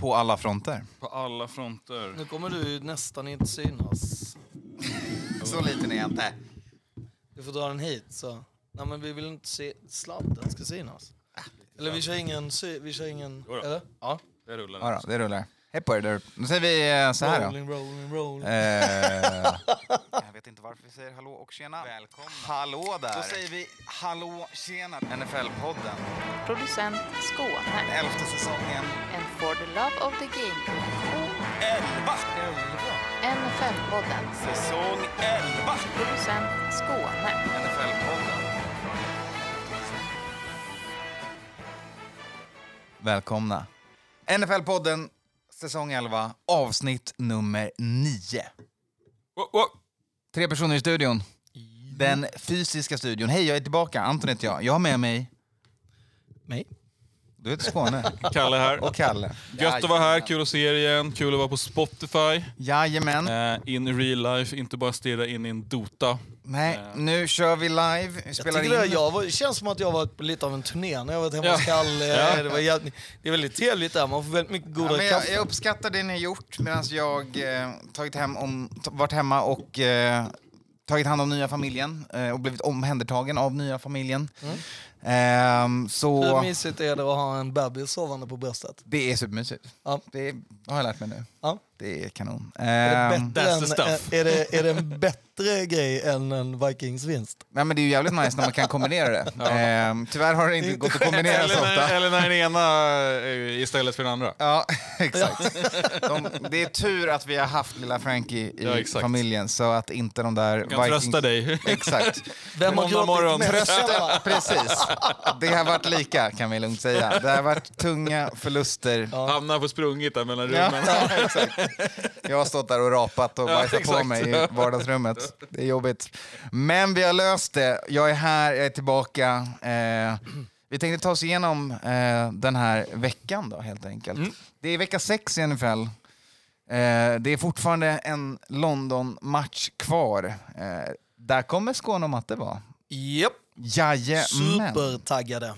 På alla fronter. På alla fronter. Nu kommer du nästan inte synas. Så liten är jag inte. Du får dra den hit så. Nej men vi vill inte se sladden ska synas. Eller vi kör ingen Jodå. eller? Ja. Det rullar. Ja då, det rullar. Hej på er där. Nu säger vi så här då. Rolling. Jag vet inte varför vi säger hallå och tjena. Välkomna. Hallå där. Då säger vi hallå, tjena. NFL-podden. Producent Skåne. 11:e säsongen. And for the love of the game. 11. NFL-podden. Säsong 11. Producent Skåne. NFL-podden. Välkomna. NFL-podden, säsong 11, avsnitt nummer 9. Tre personer i studion. Den fysiska studion. Hej, jag är tillbaka. Anton heter jag. Jag har med mig... Mig? Du heter Skåne. Kalle här. Och Kalle. Gött att vara här, kul att se er igen. Kul att vara på Spotify. Jajamän. In real life, inte bara stirra in i en Dota. Nej, nu kör vi live. Vi spelar in. Det känns som att jag var på lite av en turné när jag var hemma hos Kalle. Ja. Det är väldigt trevligt där, man får väldigt mycket goda Men kaffe. jag uppskattar det ni har gjort medan jag varit hemma och tagit hand om nya familjen och blivit omhändertagen av nya familjen. Hur Så mysigt är det att ha en bebis sovande på bröstet? det är supermysigt. Ja. Det har jag lärt mig nu. Ja. Det är kanon. That's the stuff. Är det en bättre grej än en Vikings-vinst? Nej, men det är ju jävligt nice när man kan kombinera det. Tyvärr har det inte gått att kombinera så ofta. Eller när den ena istället för den andra. Ja, exakt. Det är tur att vi har haft lilla Frankie i familjen så att inte de där Jag kan trösta dig. Exakt. Vem har Måndag morgon. gråtit mest? Trösta, precis. Det har varit lika, kan vi lugnt säga. Det har varit tunga förluster. Hamnar på sprungit där mellan Ja, rummen. exakt. Jag har stått där och rapat och bajsat på exakt. mig i vardagsrummet. Det är jobbigt. Men vi har löst det. Jag är här, jag är tillbaka. Vi tänkte ta oss igenom den här veckan då, helt enkelt. Det är vecka 6 i NFL. Det är fortfarande en London-match kvar. Där kommer Skåne och Matte vara. Japp. Jajamän. Supertaggade.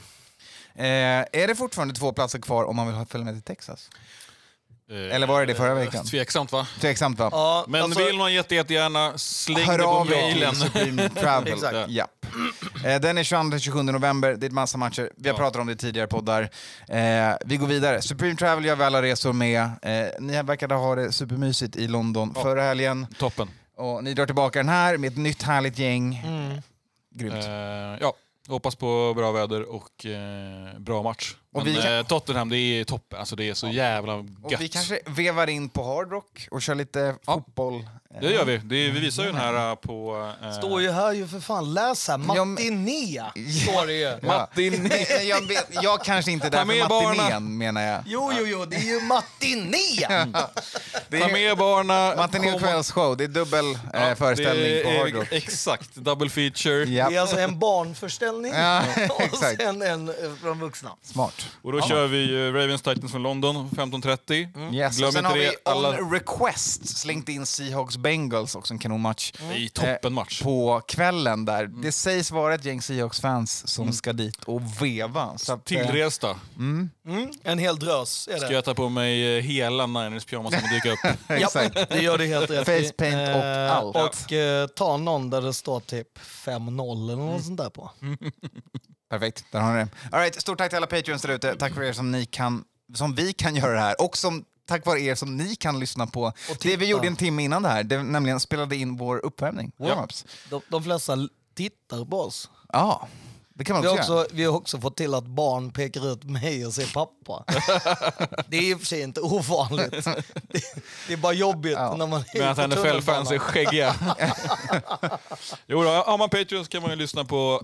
Är det fortfarande 2 platser kvar om man vill följa med till Texas? Eller var det förra veckan? Tveksamt va? Tveksamt va? Ja, Men alltså, vill man jättegärna släng Hör det på av er mejlen. till Supreme Travel. Exakt. Japp. Den är 22-27 november. Det är ett massa matcher. Vi har pratat om det i tidigare poddar. Vi går vidare. Supreme Travel gör vi alla resor med. Ni verkade ha det supermysigt i London förra helgen. Toppen. Och ni drar tillbaka den här med ett nytt härligt gäng. Grymt. Ja, hoppas på bra väder och bra match. Och Men Tottenham, det är toppen. Alltså det är så jävla gött. Och vi kanske vevar in på Hard Rock och kör lite fotboll. Det gör vi. Vi visar ju den här på... står ju här ju för fan. Läs här. Matiné står det ju. Matiné. Jag kanske inte är där Ta med för matinén, barnen. menar jag. Jo, det är ju matiné. Ta med barna. Matiné och kvällsshow. Det är dubbel föreställning på Hard Rock. Exakt, double feature. Japp. Det är alltså en barnförställning Ja, och exakt. sen en från vuxna. Smart. Och då kör vi ju Ravens Titans från London 15:30. Yes. Glöm Och sen inte har vi det. Alla... on request slängt in Seahawks Bengals, också en kanonmatch. Det är toppenmatch. På kvällen där. Det sägs vara ett gäng Seahawks-fans som ska dit och veva. Så att, Tillresta. En hel drös är Ska det. jag ta på mig hela Niners pyjamas som dyker upp. exakt. Ja, det gör det helt rätt i. Facepaint och allt. Och ta någon där det står typ 5-0 eller något sånt där på. Perfekt, där har ni det. All right, stort tack till alla Patreons där ute. Tack för er som vi kan göra det här. Och tack vare er som ni kan lyssna på det vi gjorde en timme innan det här. Det nämligen spelade in vår uppvärmning, warm-ups. De flesta tittar på oss. Ja, det kan man också göra. Vi har också fått till att barn pekar ut mig och säger pappa. Det är i och för sig inte ovanligt. Det är bara jobbigt när man Men att på NFL-fans är tunnelbanan. skäggiga. Jo då, har man Patreon så kan man ju lyssna på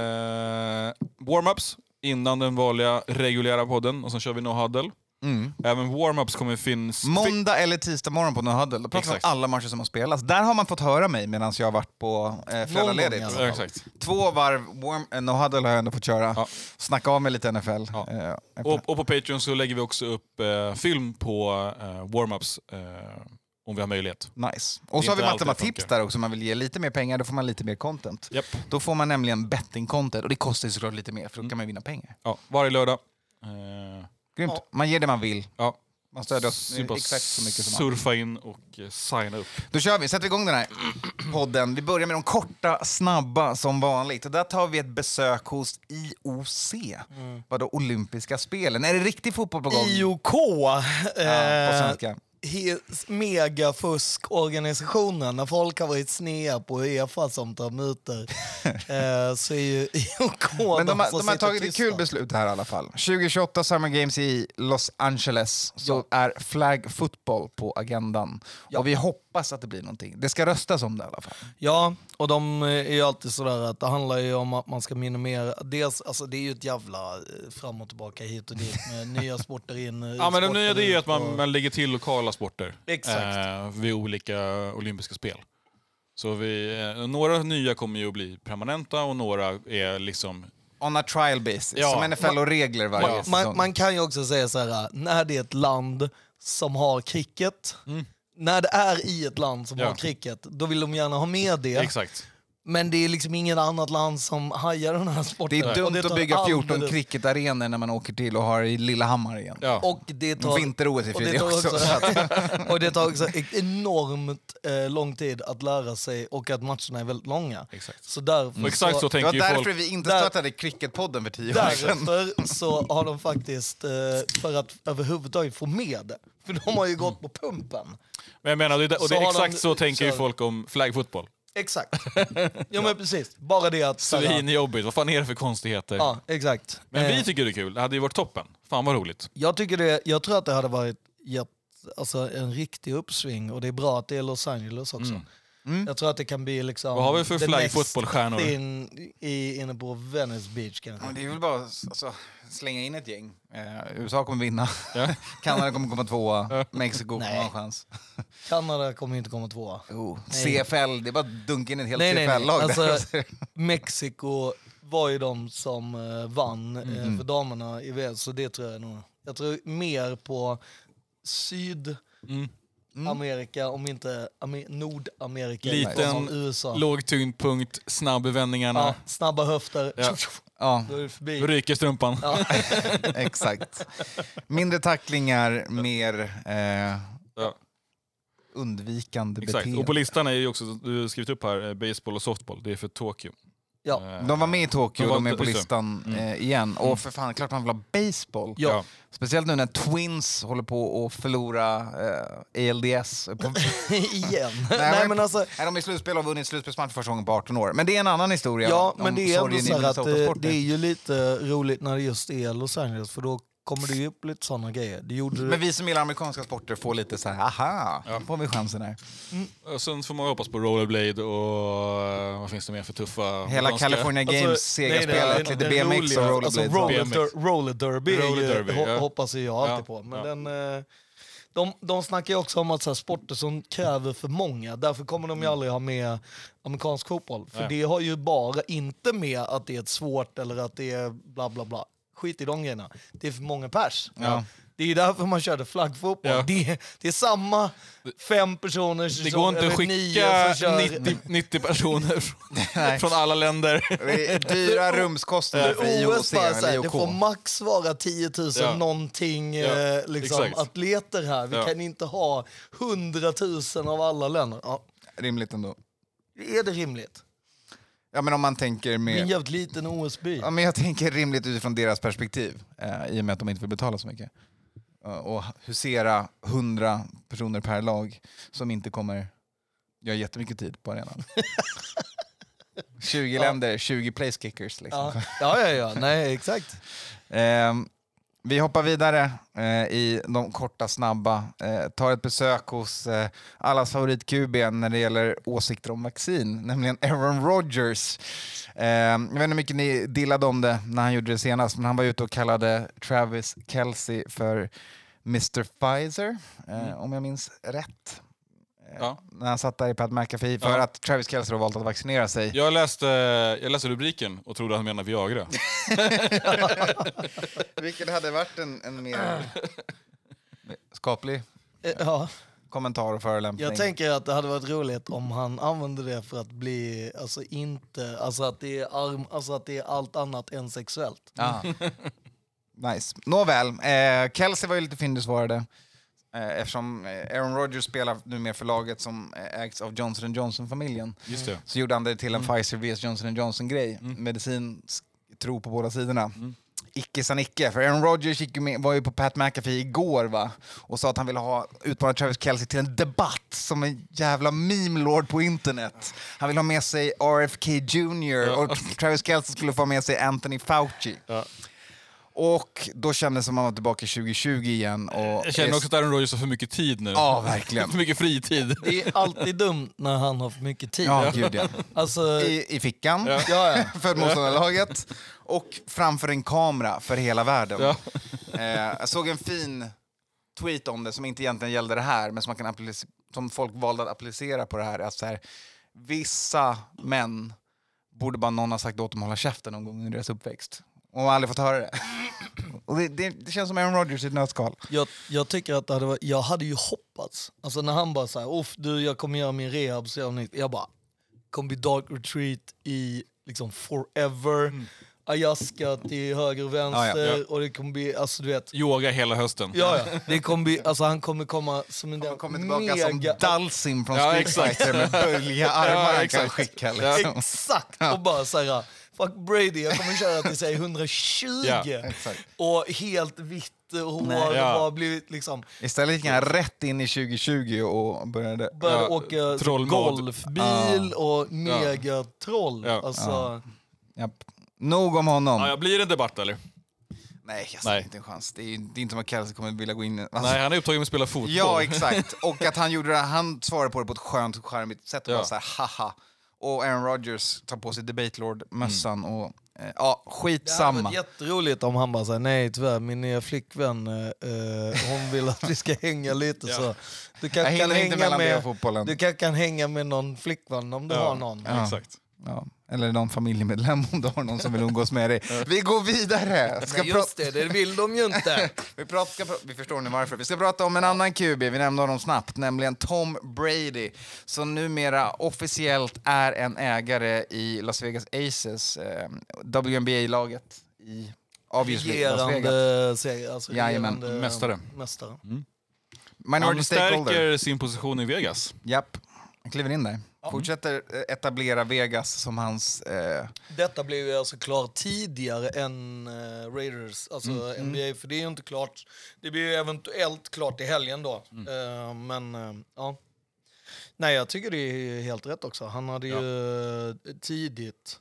warm-ups innan den vanliga reguljära podden. Och sen kör vi No Huddle. Även warm-ups kommer finnas... Måndag eller tisdag morgon på No Huddle. Då pratar vi om alla matcher som har spelats. Där har man fått höra mig medan jag har varit på föräldraledigt. Någon gång, Ja, exakt. 2 varv No Huddle har jag ändå fått köra. Ja. Snacka av med lite NFL. Ja. Och på Patreon så lägger vi också upp film på warm-ups om vi har möjlighet. Nice. Och så har vi inte massor med alltid tips funkar. där också. Om man vill ge lite mer pengar, då får man lite mer content. Japp. Då får man nämligen betting-content. Och det kostar ju såklart lite mer, för då kan man vinna pengar. Ja, varje lördag. Grymt. Ja. Man ger det man vill. Ja. Man stödjer oss exakt så mycket som man. Surfa in och signa upp. Då kör vi, sätter igång den här podden. Vi börjar med de korta, snabba som vanligt. Och där tar vi ett besök hos IOC. Vadå, olympiska spelen? Är det riktig fotboll på gång? IOK. På svenska. Megafuskorganisationen. När folk har varit snea på UEFA som tar muter så är ju IOK... Men de har tagit ett kul beslut här i alla fall. 2028 Summer Games i Los Angeles så är flag football på agendan. Ja. Och vi hoppas att det blir någonting. Det ska röstas om det i alla fall. Ja, och de är ju alltid sådär att det handlar ju om att man ska minimera... Dels, alltså det är ju ett jävla fram och tillbaka hit och dit med nya sporter in. Ja, men det nya det är ju att man lägger till lokala sporter. Exakt. Vid olika olympiska spel. Så några nya kommer ju att bli permanenta och några är liksom... On a trial basis, Ja. som NFL och regler varje säsong. Man kan ju också säga så här, när det är ett land som har cricket, när det är i ett land som har cricket, då vill de gärna ha med det. Exakt. Men det är liksom inget annat land som hajar den här Det sporten. är dumt att bygga 14 cricketarenor när man åker till och har i Lillehammar igen. Ja. Och det tar, Vinter-OS och det tar också, och det tar också enormt lång tid att lära sig och att matcherna är väldigt långa. Exakt. Så därför, Och exakt så Det tänker var ju därför folk. vi inte startade cricketpodden för 10 år sedan. därför så har de faktiskt, för att överhuvudtaget få med det, för de har ju gått på pumpen. Men jag menar, och det Så är har exakt de- så tänker ju så- folk om flag football. Exakt. Ja men precis, bara det att... Svinjobbigt, vad fan är det för konstigheter? Ja, exakt. Men vi tycker det är kul, det hade ju varit toppen. Fan vad roligt. Jag tror att det hade varit alltså, en riktig uppsving och det är bra att det är Los Angeles också. Jag tror att det kan bli liksom... Vad har vi för the flag next football-stjärnor? thing inne på Venice Beach kanske. Ja, det är väl bara att slänga in ett gäng. USA kommer vinna. Ja. Kanada kommer komma tvåa. Mexiko kommer ha en chans. Kanada kommer inte komma tvåa. CFL, det är bara att dunka in ett helt Nej. CFL-lag Alltså, där. Mexiko var ju de som vann för damerna i VM, så det tror jag nog. Jag tror mer på Sydamerika, om inte Nordamerika. Liten, som USA. låg tyngdpunkt, snabb i vändningarna. Ja, snabba höfter. Ja. Ja, Då är det förbi. Då ryker strumpan. Ja. exakt. Mindre tacklingar, mer Ja. undvikande Exakt. beteende. Och på listan är ju också, du har skrivit upp här, baseball och softball. Det är för Tokyo. Ja. De var med i Tokyo, De var de är på just det. listan igen. Och för fan, klart man vill ha baseball. Ja. Speciellt nu när Twins håller på att förlora ALDS. Igen. Nej, men alltså, Nej, de är i slutspel och har vunnit slutspelsmatch för första gången på 18 år. Men det är en annan historia. ja, om men det är ändå sorgen i så här att Minnesota-sporten. det är ju lite roligt när det just är Los Angeles, för då kommer det ju upp lite sådana grejer. Det gjorde Men vi som gillar amerikanska sporter får lite så här, aha, får vi chansen här. Och sen får man hoppas på rollerblade och vad finns det mer för tuffa... Hela amerikanska- California Games, Sega-spelet, lite BMX och rollerblades. roller derby, Roller derby, ja. hoppas jag alltid på. Men de snackar ju också om att så här, sporter som kräver för många, därför kommer de ju aldrig ha med amerikansk fotboll. För det har ju bara inte med att det är ett svårt eller att det är bla bla bla. Skit i de grejerna. Det är för många pers. Ja. Det är ju därför man körde flaggfotboll. Ja. Det är samma 5 personer som Det går inte att eller 9 som skicka kör. 90 personer Nej. från alla länder. Det är dyra rumskostnader för IOC OS bara så eller här, IOK. det får max vara 10 000 Ja. någonting Ja, liksom, exakt. atleter här. Vi Ja. kan inte ha 100 000 av alla länder. Ja, Rimligt ändå. är det rimligt? Ja, men om man tänker Det är en med... jävligt liten OS-by. Ja, men jag tänker rimligt utifrån deras perspektiv. I och med att de inte vill betala så mycket. Och husera 100 personer per lag som inte kommer göra jättemycket tid på arenan. 20 länder, 20 place kickers. Liksom. Ja. Nej, exakt. Vi hoppar vidare i de korta, snabba. Tar ett besök hos allas favorit-QB när det gäller åsikter om vaccin, nämligen Aaron Rodgers. Jag vet inte hur mycket ni dillade om det när han gjorde det senast, men han var ute och kallade Travis Kelce för Mr. Pfizer, om jag minns rätt. Ja. När han satt där i Pat McAfee för att Travis Kelce har valt att vaccinera sig. Jag läste rubriken och trodde han menade Viagra. Vilket hade varit en mer skaplig Ja. kommentar och förolämpning. Jag tänker att det hade varit roligt om han använde det för att bli, att det är allt annat än sexuellt. Ja. Nice. Nåväl, Kelce var ju lite fyndig svarade. Eftersom Aaron Rodgers spelar nu med förlaget som ägs av Johnson & Johnson-familjen. Just det. Så gjorde han det till en Pfizer vs Johnson & Johnson-grej. Medicin tro på båda sidorna. Icke sa Nicke, för Aaron Rodgers var ju på Pat McAfee igår va? Och sa att han ville utmana Travis Kelce till en debatt som en jävla meme-lord på internet. Han vill ha med sig RFK Jr. och Travis Kelce skulle få med sig Anthony Fauci. Ja. Och då kändes det som att man var tillbaka 2020 igen. Och Jag känner också att Aaron Rodgers har för mycket tid nu. Ja, verkligen. För mycket fritid. Det är alltid dumt när han har för mycket tid. Ja, gud ja. Alltså, I fickan ja. för motståndarlaget och framför en kamera för hela världen. Ja. Jag såg en fin tweet om det som inte egentligen gällde det här, men som, man kan som folk valde att applicera på det här. Att så här, vissa män borde bara någon ha sagt åt dem att hålla käften någon gång under deras uppväxt. Och har aldrig fått höra det. Och det känns som Aaron Rodgers i ett nötskal. Jag tycker att jag hade ju hoppats. Alltså när han bara såhär, jag kommer göra min rehab så jag bara, kommer bli dark retreat i liksom forever. Ayahuasca till höger och vänster och det kommer bli, alltså du vet. Yoga hela hösten. Ja. Det kommer bli, alltså han kommer komma som en Han kommer tillbaka som Dalsim från Street exakt. Fighter med bölja armar han kan skicka. Liksom. Exakt! Och bara såhär, fuck Brady, jag kommer köra till sig 120 och helt vitt hår och bara blivit liksom... Istället gick han rätt in i 2020 och började åka golfbil och megatroll. Alltså... Japp. Nog om honom. Ja, blir det en debatt eller? Nej, jag ser inte en chans. Det är inte som att Kelce kommer vilja gå in. Alltså. Nej, han är upptagen med att spela fotboll. Ja, exakt. Och att han gjorde det, han svarade på det på ett skönt, charmigt sätt. Och bara så här, haha. Och Aaron Rodgers tar på sig Debate Lord-mössan och skitsamma. Det hade varit jätteroligt om han bara säger nej tyvärr, min nya flickvän hon vill att vi ska hänga lite så. Du kanske kan hänga med någon flickvän om du har någon. Ja. Exakt. Ja. Eller någon familjemedlem om du har någon som vill umgås med dig. Vi går vidare. Just det vill de ju inte. Vi förstår nu varför. Vi ska prata om en annan QB, vi nämnde honom snabbt, nämligen Tom Brady, som numera officiellt är en ägare i Las Vegas Aces, WNBA-laget i obviously Las Vegas. Jajamän, mästare. Han stärker sin position i Vegas. Japp, han kliver in där. Fortsätter etablera Vegas som hans... Detta blev ju alltså klart tidigare än Raiders, alltså NBA, för det är ju inte klart. Det blir ju eventuellt klart i helgen då. Nej, jag tycker det är helt rätt också. Han hade ju tidigt...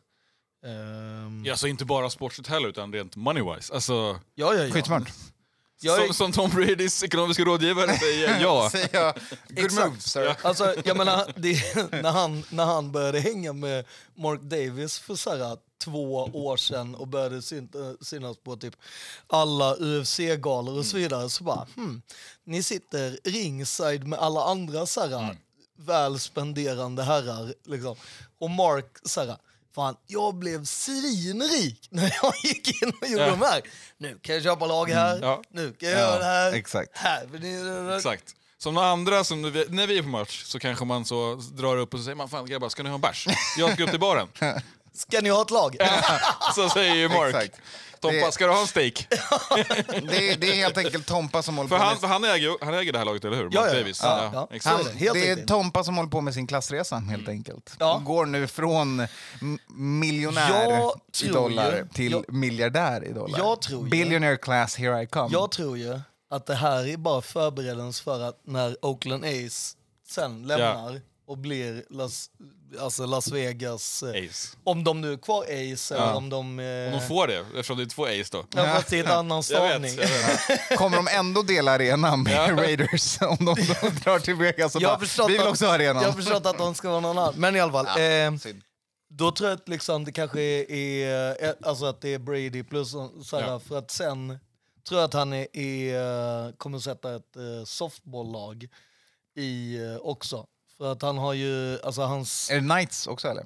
Ja, så inte bara sportsligt heller, utan rent money-wise. Alltså, skitsmart. Som Tom Bradys ekonomiska rådgivare säger jag. Good move, sir. Alltså, jag menar, när han började hänga med Mark Davis för såhär 2 år sedan och började synas på typ alla UFC-galor och så vidare, så bara, ni sitter ringside med alla andra såhär välspenderande herrar liksom. Och Mark såhär, fan, jag blev svinrik när jag gick in och gjorde de här. Nu kan jag köpa lag här, nu kan jag göra det här. Exakt. Exakt. Som några andra, när vi är på match så kanske man så drar upp och så säger man, fan grabbar, ska ni ha en bärs? Jag ska upp till baren. Ska ni ha ett lag? Så säger ju Mark. Exakt. Tompa, ska du ha en steak? det är helt enkelt Tompa som håller på med... För han äger det här laget, eller hur? Mark Davis. Exakt. Det är Tompa som håller på med sin klassresa, helt enkelt. Han går nu från miljonär i dollar till miljardär i dollar. Jag tror Billionaire class, here I come. Jag tror ju att det här är bara förberedelse för att när Oakland A's sen lämnar och blir Las Vegas Ace. Om de nu är kvar Ace eller om de får det, eftersom det är 2 Ace då. Ja, fast det är en annan stavning. Jag vet. Kommer de ändå dela arenan med Raiders om de drar till Vegas och vi vill också ha arenan. Jag har förstått att de ska vara någon annan. Men i alla fall, då tror jag att liksom, det kanske är alltså att det är Brady plus sådär, för att sen tror jag att han kommer sätta ett softball-lag i också. För att han har ju, alltså hans... Är det Knights också eller?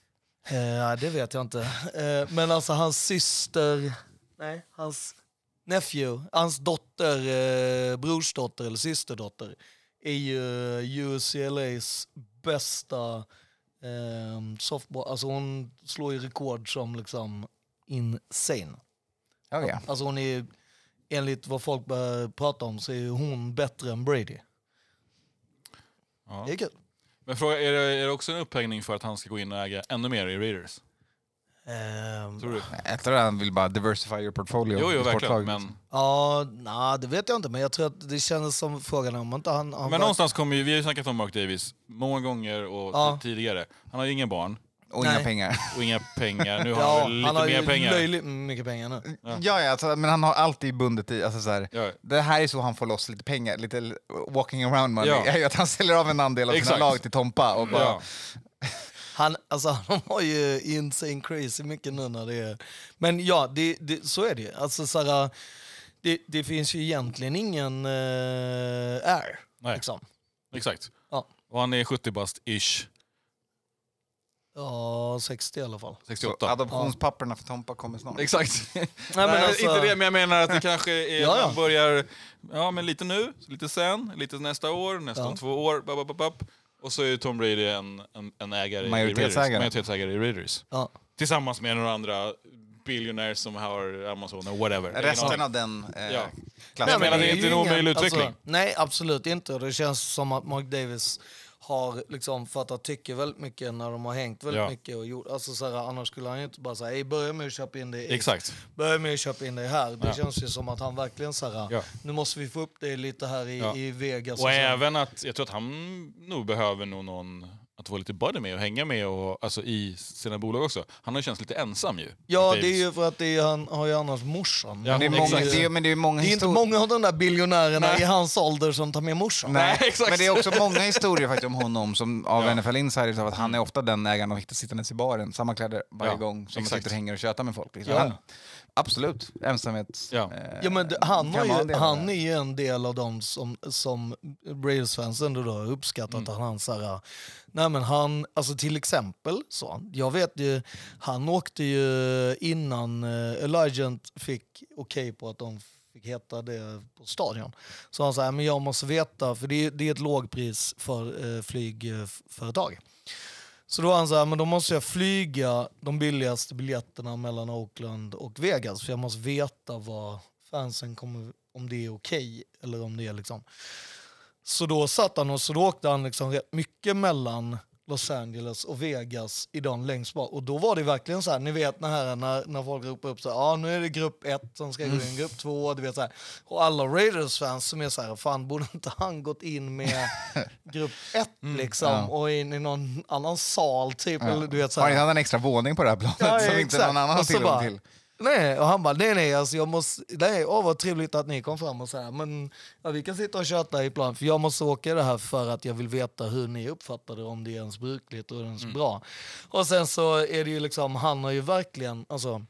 Det vet jag inte. Men alltså hans syster, hans nephew, hans dotter, brorsdotter eller systerdotter är ju UCLAs bästa softball. Alltså hon slår ju rekord som liksom insane. Okay. Alltså hon är enligt vad folk börjar prata om så är hon bättre än Brady. Ja. Det är kul. Men fråga, är det också en upphängning för att han ska gå in och äga ännu mer i Raiders? Tror du? Jag tror att han vill bara diversify your portfolio. Jo, i verkligen. sportlaget. Men, Ja, det vet jag inte. Men jag tror att det känns som frågan om inte han men någonstans kommer ju, vi har ju snackat om Mark Davis många gånger och tidigare. Han har ju inga barn Och inga pengar. och inga pengar. Nu har han lite han har mer ju pengar. löjligt mycket pengar nu. Ja, alltså, men han har alltid bundet i, alltså så här, Ja. det här är så han får loss lite pengar, lite walking around money. Ja. Är ju att han ställer av en andel av sina Exakt. lag till Tompa och bara... Ja. Han har ju insane crazy mycket nu när det är... Men ja, så är det. Alltså, såhär, det finns ju egentligen ingen air. Nej. Liksom. Exakt. Ja. Och han är 70 bast-ish. Ja, 60 i alla fall. 68. Adoptionspapperna för Tompa kommer snart. Exakt. Nej, men Nej, alltså- inte det, men jag menar att det kanske är... Ja. Man börjar... Ja, men lite nu, lite sen, lite nästa år, nästan Ja. 2 år. Och så är Tom Brady en ägare i Raiders. Majoritetsägare i Raiders. Ja. Tillsammans med några andra billionaires som har Amazon och whatever. Resten av den Ja. klassen. men det är inte en ju omöjlig utveckling. Alltså, nej, absolut inte. Och det känns som att Mark Davis har liksom fattat tycke väldigt mycket när de har hängt väldigt mycket. Och gjort, alltså, såhär, annars skulle han ju inte bara säga börja med att köpa in det. Exakt. Börja med att köpa in det här. Det känns ju som att han verkligen såhär, nu måste vi få upp det lite här i Vegas. Och även att, jag tror att han nog behöver någon att vara lite buddy med och hänga med och, alltså, i sina bolag också. Han har ju känts lite ensam ju. Ja, det är ju för att han har ju annars morsan. Ja, Det är många, exakt. men det är många Det är inte historier. många av de där biljonärerna i hans ålder som tar med morsan. Nej, exakt. men det är också många historier faktiskt om honom som, av NFL Insiders, av att han är ofta den ägaren och sittandes i baren, samma kläder varje gång som man exakt. sitter och hänger och tjötar med folk. Liksom. Ja. Han, absolut, ensamhet. Ja. Ja, men kan vara en del av han det. är ju en del av dem som Braves-fans ändå då har uppskattat att han såhär, nej men han, alltså till exempel så, jag vet ju, han åkte ju innan Allegiant fick okej på att de fick heta det på stadion. Så han sa, men jag måste veta, för det är ett lågpris för flygföretag. Så då var han så här, men då måste jag flyga de billigaste biljetterna mellan Oakland och Vegas. För jag måste veta vad fansen kommer, om det är okej eller om det är liksom. Så då satt han och så då åkte han liksom rätt mycket mellan Los Angeles och Vegas i den längst bak. Och då var det verkligen så här, ni vet när folk ropar upp så här, nu är det grupp 1 som ska gå in, grupp 2, du vet så här. Och alla Raiders-fans som är så här, fan borde inte han gått in med grupp 1 liksom och in i någon annan sal typ, eller du vet så Har här. han en extra våning på det här planet som inte någon annan har Och så tillgång bara, till? Nej, och han bara, nej, alltså jag måste, nej, vad trevligt att ni kom fram och så här, men ja, vi kan sitta och köta i plan, för jag måste åka det här för att jag vill veta hur ni uppfattar det, om det är ens brukligt och ens bra. Och sen så är det ju liksom, han har ju verkligen, alltså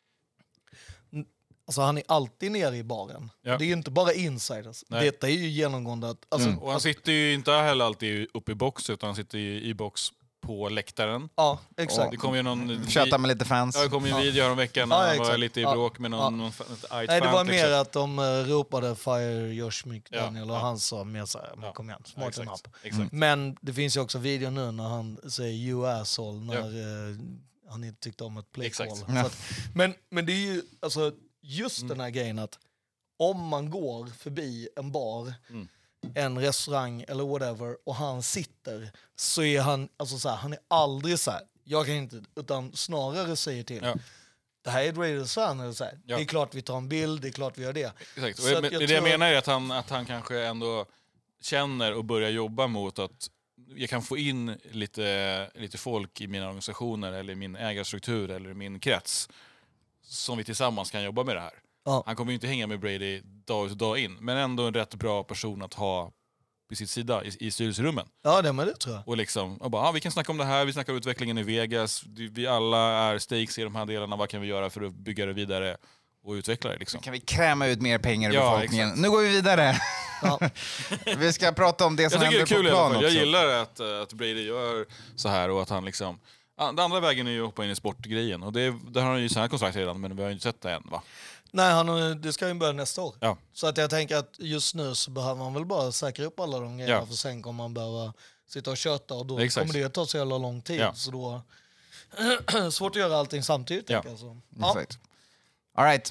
han är alltid nere i baren. Ja. Det är ju inte bara insiders. Nej. Detta är ju genomgående att, alltså, Och han sitter ju inte heller alltid uppe i box, utan han sitter i box på läktaren. ja, exakt. Det kom ju någon... Köta med lite fans. Ja, det kom ju en video häromveckan när Ja, han var exakt. lite i Ja. bråk med någon argt Nej, fan. det var liksom. mer att de ropade Fire Josh McDaniel och Ja. han sa mer såhär, men kom igen, smarten exakt. up. Exakt. Men det finns ju också video nu när han säger you asshole när han inte tyckte om ett playcall. Exakt. Så att, men det är ju alltså just den här grejen att om man går förbi en bar, en restaurang eller whatever och han sitter, så är han, alltså så här, han är aldrig så här, jag kan inte, utan snarare säger till. Ja. Det här är ett Raiders-fan, eller så här. Ja. Det är klart vi tar en bild, det är klart vi gör det. Exakt. Och Så att det jag tror- menar är att han kanske ändå känner och börjar jobba mot att jag kan få in lite folk i mina organisationer eller min ägarstruktur eller min krets som vi tillsammans kan jobba med det här. Ja. Han kommer ju inte hänga med Brady dag ut och dag in, men ändå en rätt bra person att ha vid sitt sida i styrelserummen. Ja, men det tror jag. Och liksom, och bara, vi kan snacka om det här, vi snackar om utvecklingen i Vegas, vi alla är stakes i de här delarna, vad kan vi göra för att bygga det vidare och utveckla det liksom. Kan vi kräma ut mer pengar ur Ja, befolkningen? exakt. Nu går vi vidare. Ja. Vi ska prata om det som Jag tycker det är händer kul på i alla plan fall. också. Jag gillar att Brady gör så här och att han liksom... Den andra vägen är ju att hoppa in i sportgrejen. Och där har han ju sådana kontrakt redan, men vi har ju inte sett det än, va? Nej, det ska ju börja nästa år. Ja. Så att jag tänker att just nu så behöver man väl bara säkra upp alla de grejerna, Ja. för sen kommer man behöva sitta och köta och då Exakt. kommer det ta så jävla lång tid. Ja. Så då svårt att göra allting samtidigt. Ja. tänker jag, så. Ja. Exakt. All right.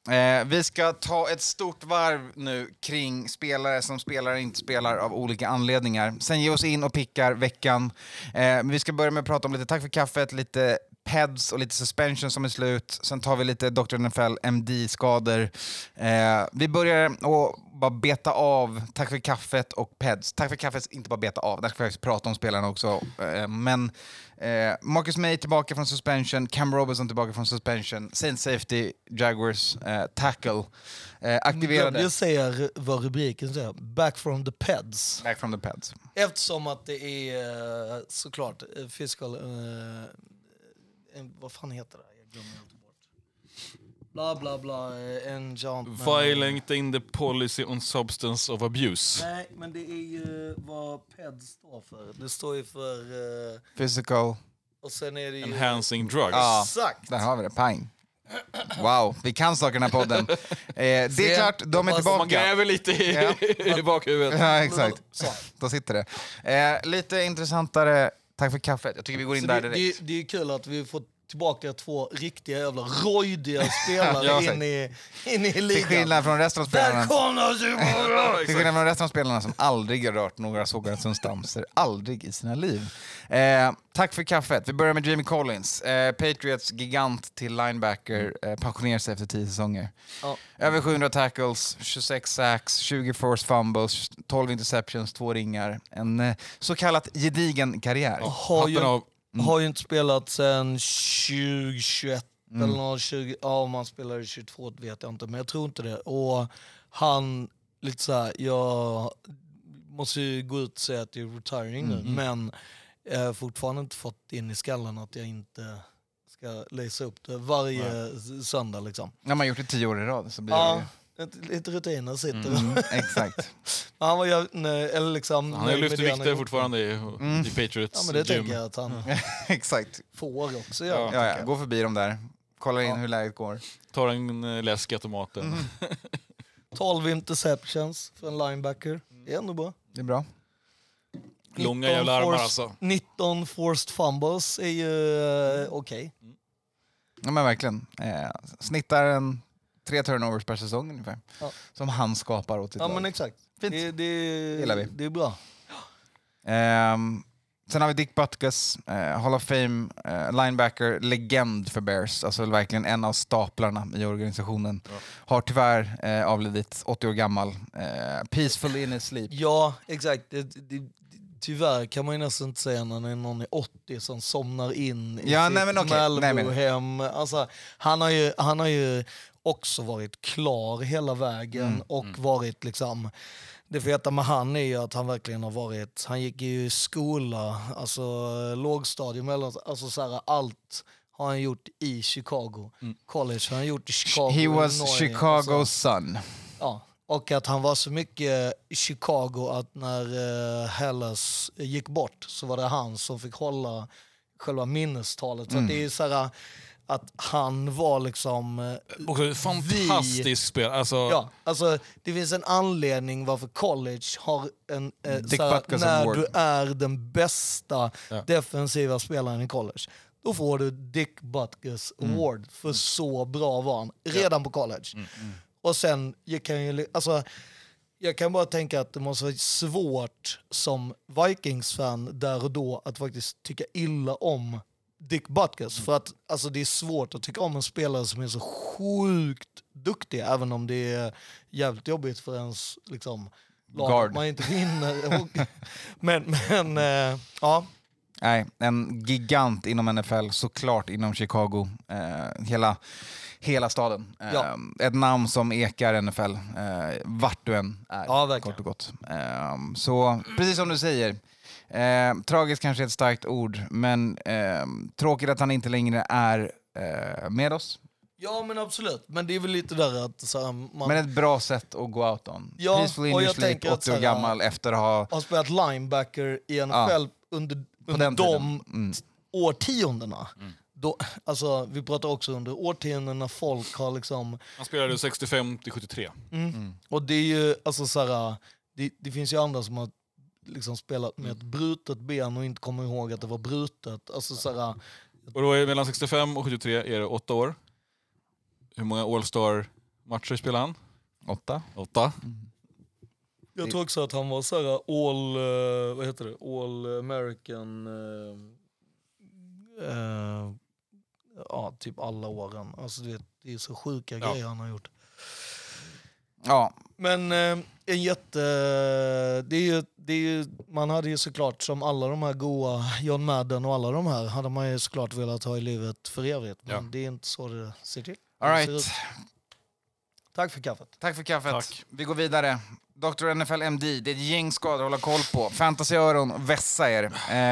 Vi ska ta ett stort varv nu kring spelare som spelar och inte spelar av olika anledningar. Sen ge oss in och pickar veckan. Vi ska börja med att prata om lite tack för kaffet, lite PEDS och lite suspension som är slut. Sen tar vi lite Dr. NFL MD-skador. Vi börjar att bara beta av tack för kaffet och PEDS. Tack för kaffet, inte bara beta av. Där ska vi faktiskt prata om spelarna också. Men Marcus May tillbaka från suspension. Cam Robinson tillbaka från suspension. Saint Safety, Jaguars, tackle. Aktiverade. Jag säger vad rubriken säger. Back from the PEDS. Back from the PEDS. Eftersom att det är såklart physical... vad fan heter det? Jag glömmer helt bort. Bla bla bla. Violating the policy on substance of abuse. Nej, men det är ju vad PEDS står för. Det står ju för... Physical. och sen är det ju... Enhancing drugs. Ja, Exakt. där har vi det. Pang. Wow, vi kan saker i den här podden. Det är klart, de är tillbaka. Man gräver lite i bakhuvudet. Ja, exakt. Så. Då sitter det. Lite intressantare, tack för kaffet. Jag tycker vi går in Så där direkt. det är kul att vi får tillbaka 2 riktiga jävla roidiga spelare Ja, in i Till ligan. skillnad från resten av spelarna. Välkomna Simon! Till skillnad från resten av spelarna som aldrig har rört några sågade substanser. Aldrig i sina liv. Tack för kaffet. Vi börjar med Jamie Collins. Patriots gigant till linebacker. Pensionerar sig efter 10 säsonger. Ja. Över 700 tackles, 26 sacks, 20 forced fumbles, 12 interceptions, 2 ringar. En så kallat gedigen karriär. Har ju inte spelat sedan 2021 eller någon 20... Ja, om han spelade 22 vet jag inte, men jag tror inte det. Och han, lite så här, jag måste ju gå ut och säga att jag är retiring nu, men jag har fortfarande inte fått in i skallen att jag inte ska läsa upp det varje söndag liksom. När man gjort det 10 år i rad så blir Ja, det lite rutiner sitter. exakt. Han var ju, eller liksom... Han har ju lyft vikter fortfarande i Patriots Ja, men det gym. tänker jag att han Exakt. får också Ja. göra. Ja, gå förbi dem där. Kolla in hur läget går. Tar en läsk i automaten. 12 interceptions för en linebacker. Det är ändå bra. Det är bra. Långa jävla armar alltså. 19 forced fumbles är ju okej. Ja, men verkligen. Snittar en 3 turnovers per säsong ungefär. Ja. Som han skapar åt sitt Ja, lag. men exakt. Fint. Gillar vi. Det är bra. Sen har vi Dick Butkus, Hall of Fame, linebacker, legend för Bears. Alltså verkligen en av staplarna i organisationen. Ja. Har tyvärr avlidit, 80 år gammal. Peaceful in his sleep. Ja, exakt. Tyvärr kan man ju nästan inte säga när någon är 80 som somnar in i Ja, sitt nej, men okej. Malibu-hem. Alltså, han har ju också varit klar hela vägen och varit liksom... Det feta med han är ju att han verkligen har varit... Han gick ju i skola, alltså lågstadium, alltså så här, allt har han gjort i Chicago. College har han gjort i Chicago. He was Illinois, Chicago's alltså. son. Ja, och att han var så mycket i Chicago att när Hellas gick bort så var det han som fick hålla själva minnestalet. Så att det är så här att han var liksom... Också fantastisk spel. Alltså, Ja, alltså det finns en anledning varför college har en... Dick så här, Butkus när Award. du är den bästa defensiva spelaren i college, då får du Dick Butkus Award, för så bra var han redan på college. Och sen jag kan bara tänka att det måste vara svårt som Vikings-fan där och då att faktiskt tycka illa om Dick Butkus. För att alltså, det är svårt att tycka om en spelare som är så sjukt duktig, även om det är jävligt jobbigt för ens liksom, lag att man inte vinner. men ja. Nej, en gigant inom NFL, såklart inom Chicago. Hela staden. Ja. Ett namn som ekar NFL, vart du än är, Ja, kort och gott. Så precis som du säger, tragiskt kanske är ett starkt ord, men tråkigt att han inte längre är med oss. Ja, men absolut. Men det är väl lite där att... Så här, man Men ett bra sätt att gå out on. Ja, Peaceful in och your jag sleep, tänker att 80 år så här, gammal efter att ha... har spelat linebacker i NFL under den de tiden. årtiondena. Då, alltså, vi pratar också under årtionden när folk har liksom... Han spelade 65 till 73. Och det är ju, alltså så här, det finns ju andra som har liksom spelat med ett brutet ben och inte kommer ihåg att det var brutet. Alltså så här, Och då är mellan 65 och 73 är det 8 år. Hur många All-Star matcher spelade han? 8. 8. Jag tror också att han var så här all American, ja, typ alla åren. Alltså det är så sjuka grejer han har gjort. Ja. Men en jätte... Det är ju, man hade ju såklart, som alla de här goa John Madden och alla de här, hade man ju såklart velat ha i livet för evigt. Men det är inte så det ser till. All Det ser right. ut. Tack för kaffet. Tack för kaffet. Tack. Vi går vidare. Dr. NFL MD, det är ett gäng skador att hålla koll på. Fantasyöron, vässa er.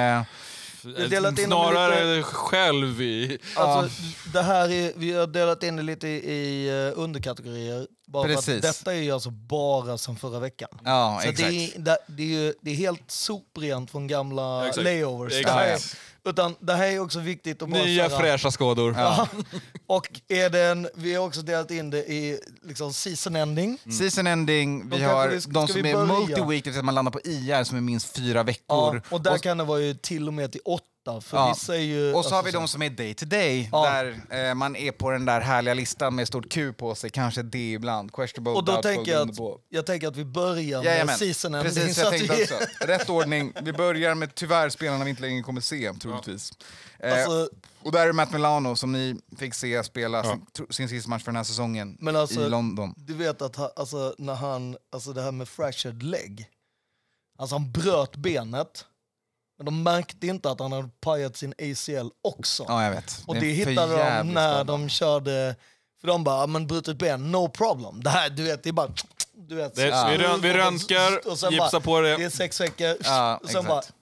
har delat in dem Snarare själv i... Alltså, det här är, vi har delat in det lite i underkategorier. Bara för Precis. att detta är ju alltså bara som förra veckan. Ja, Så exakt. det är helt soprent från gamla Exakt. layovers. Exakt. Det här är, utan det här är också viktigt att bara Nya säga- fräscha skador. Ja. Och vi har också delat in det i liksom season ending. Season ending, vi Då har kanske de ska som vi är börja? multi-week, det vill säga att man landar på IR som är minst 4 Ja, veckor. och där kan det vara ju till och med till 8. För Ja. vissa är ju, Och så har vi alltså, de som är day to day, Ja. där man är på den där härliga listan med stort Q på sig, kanske D ibland, questionable, och då doubtful, tänker underball. jag tänker att vi börjar med Jajamän. season ending. Precis, så jag att tänkte vi- också. Rätt ordning. Vi börjar med tyvärr spelarna vi inte längre kommer se, troligtvis. Alltså, Och där är Matt Milano som ni fick se spela sin sista match för den här säsongen Men alltså, i London. du vet att när han, alltså det här med fractured leg. Alltså han bröt benet. Men de märkte inte att han hade pajat sin ACL också. Ja, jag vet. Och är det en för hittade de jävlig när skada. de körde, för de bara, men brutit ben, no problem. Det här, du vet, det är bara, du vet. Vi röntgar, och sen gipsar på Det är det. 6 veckor, Ja, och sen bara, exakt.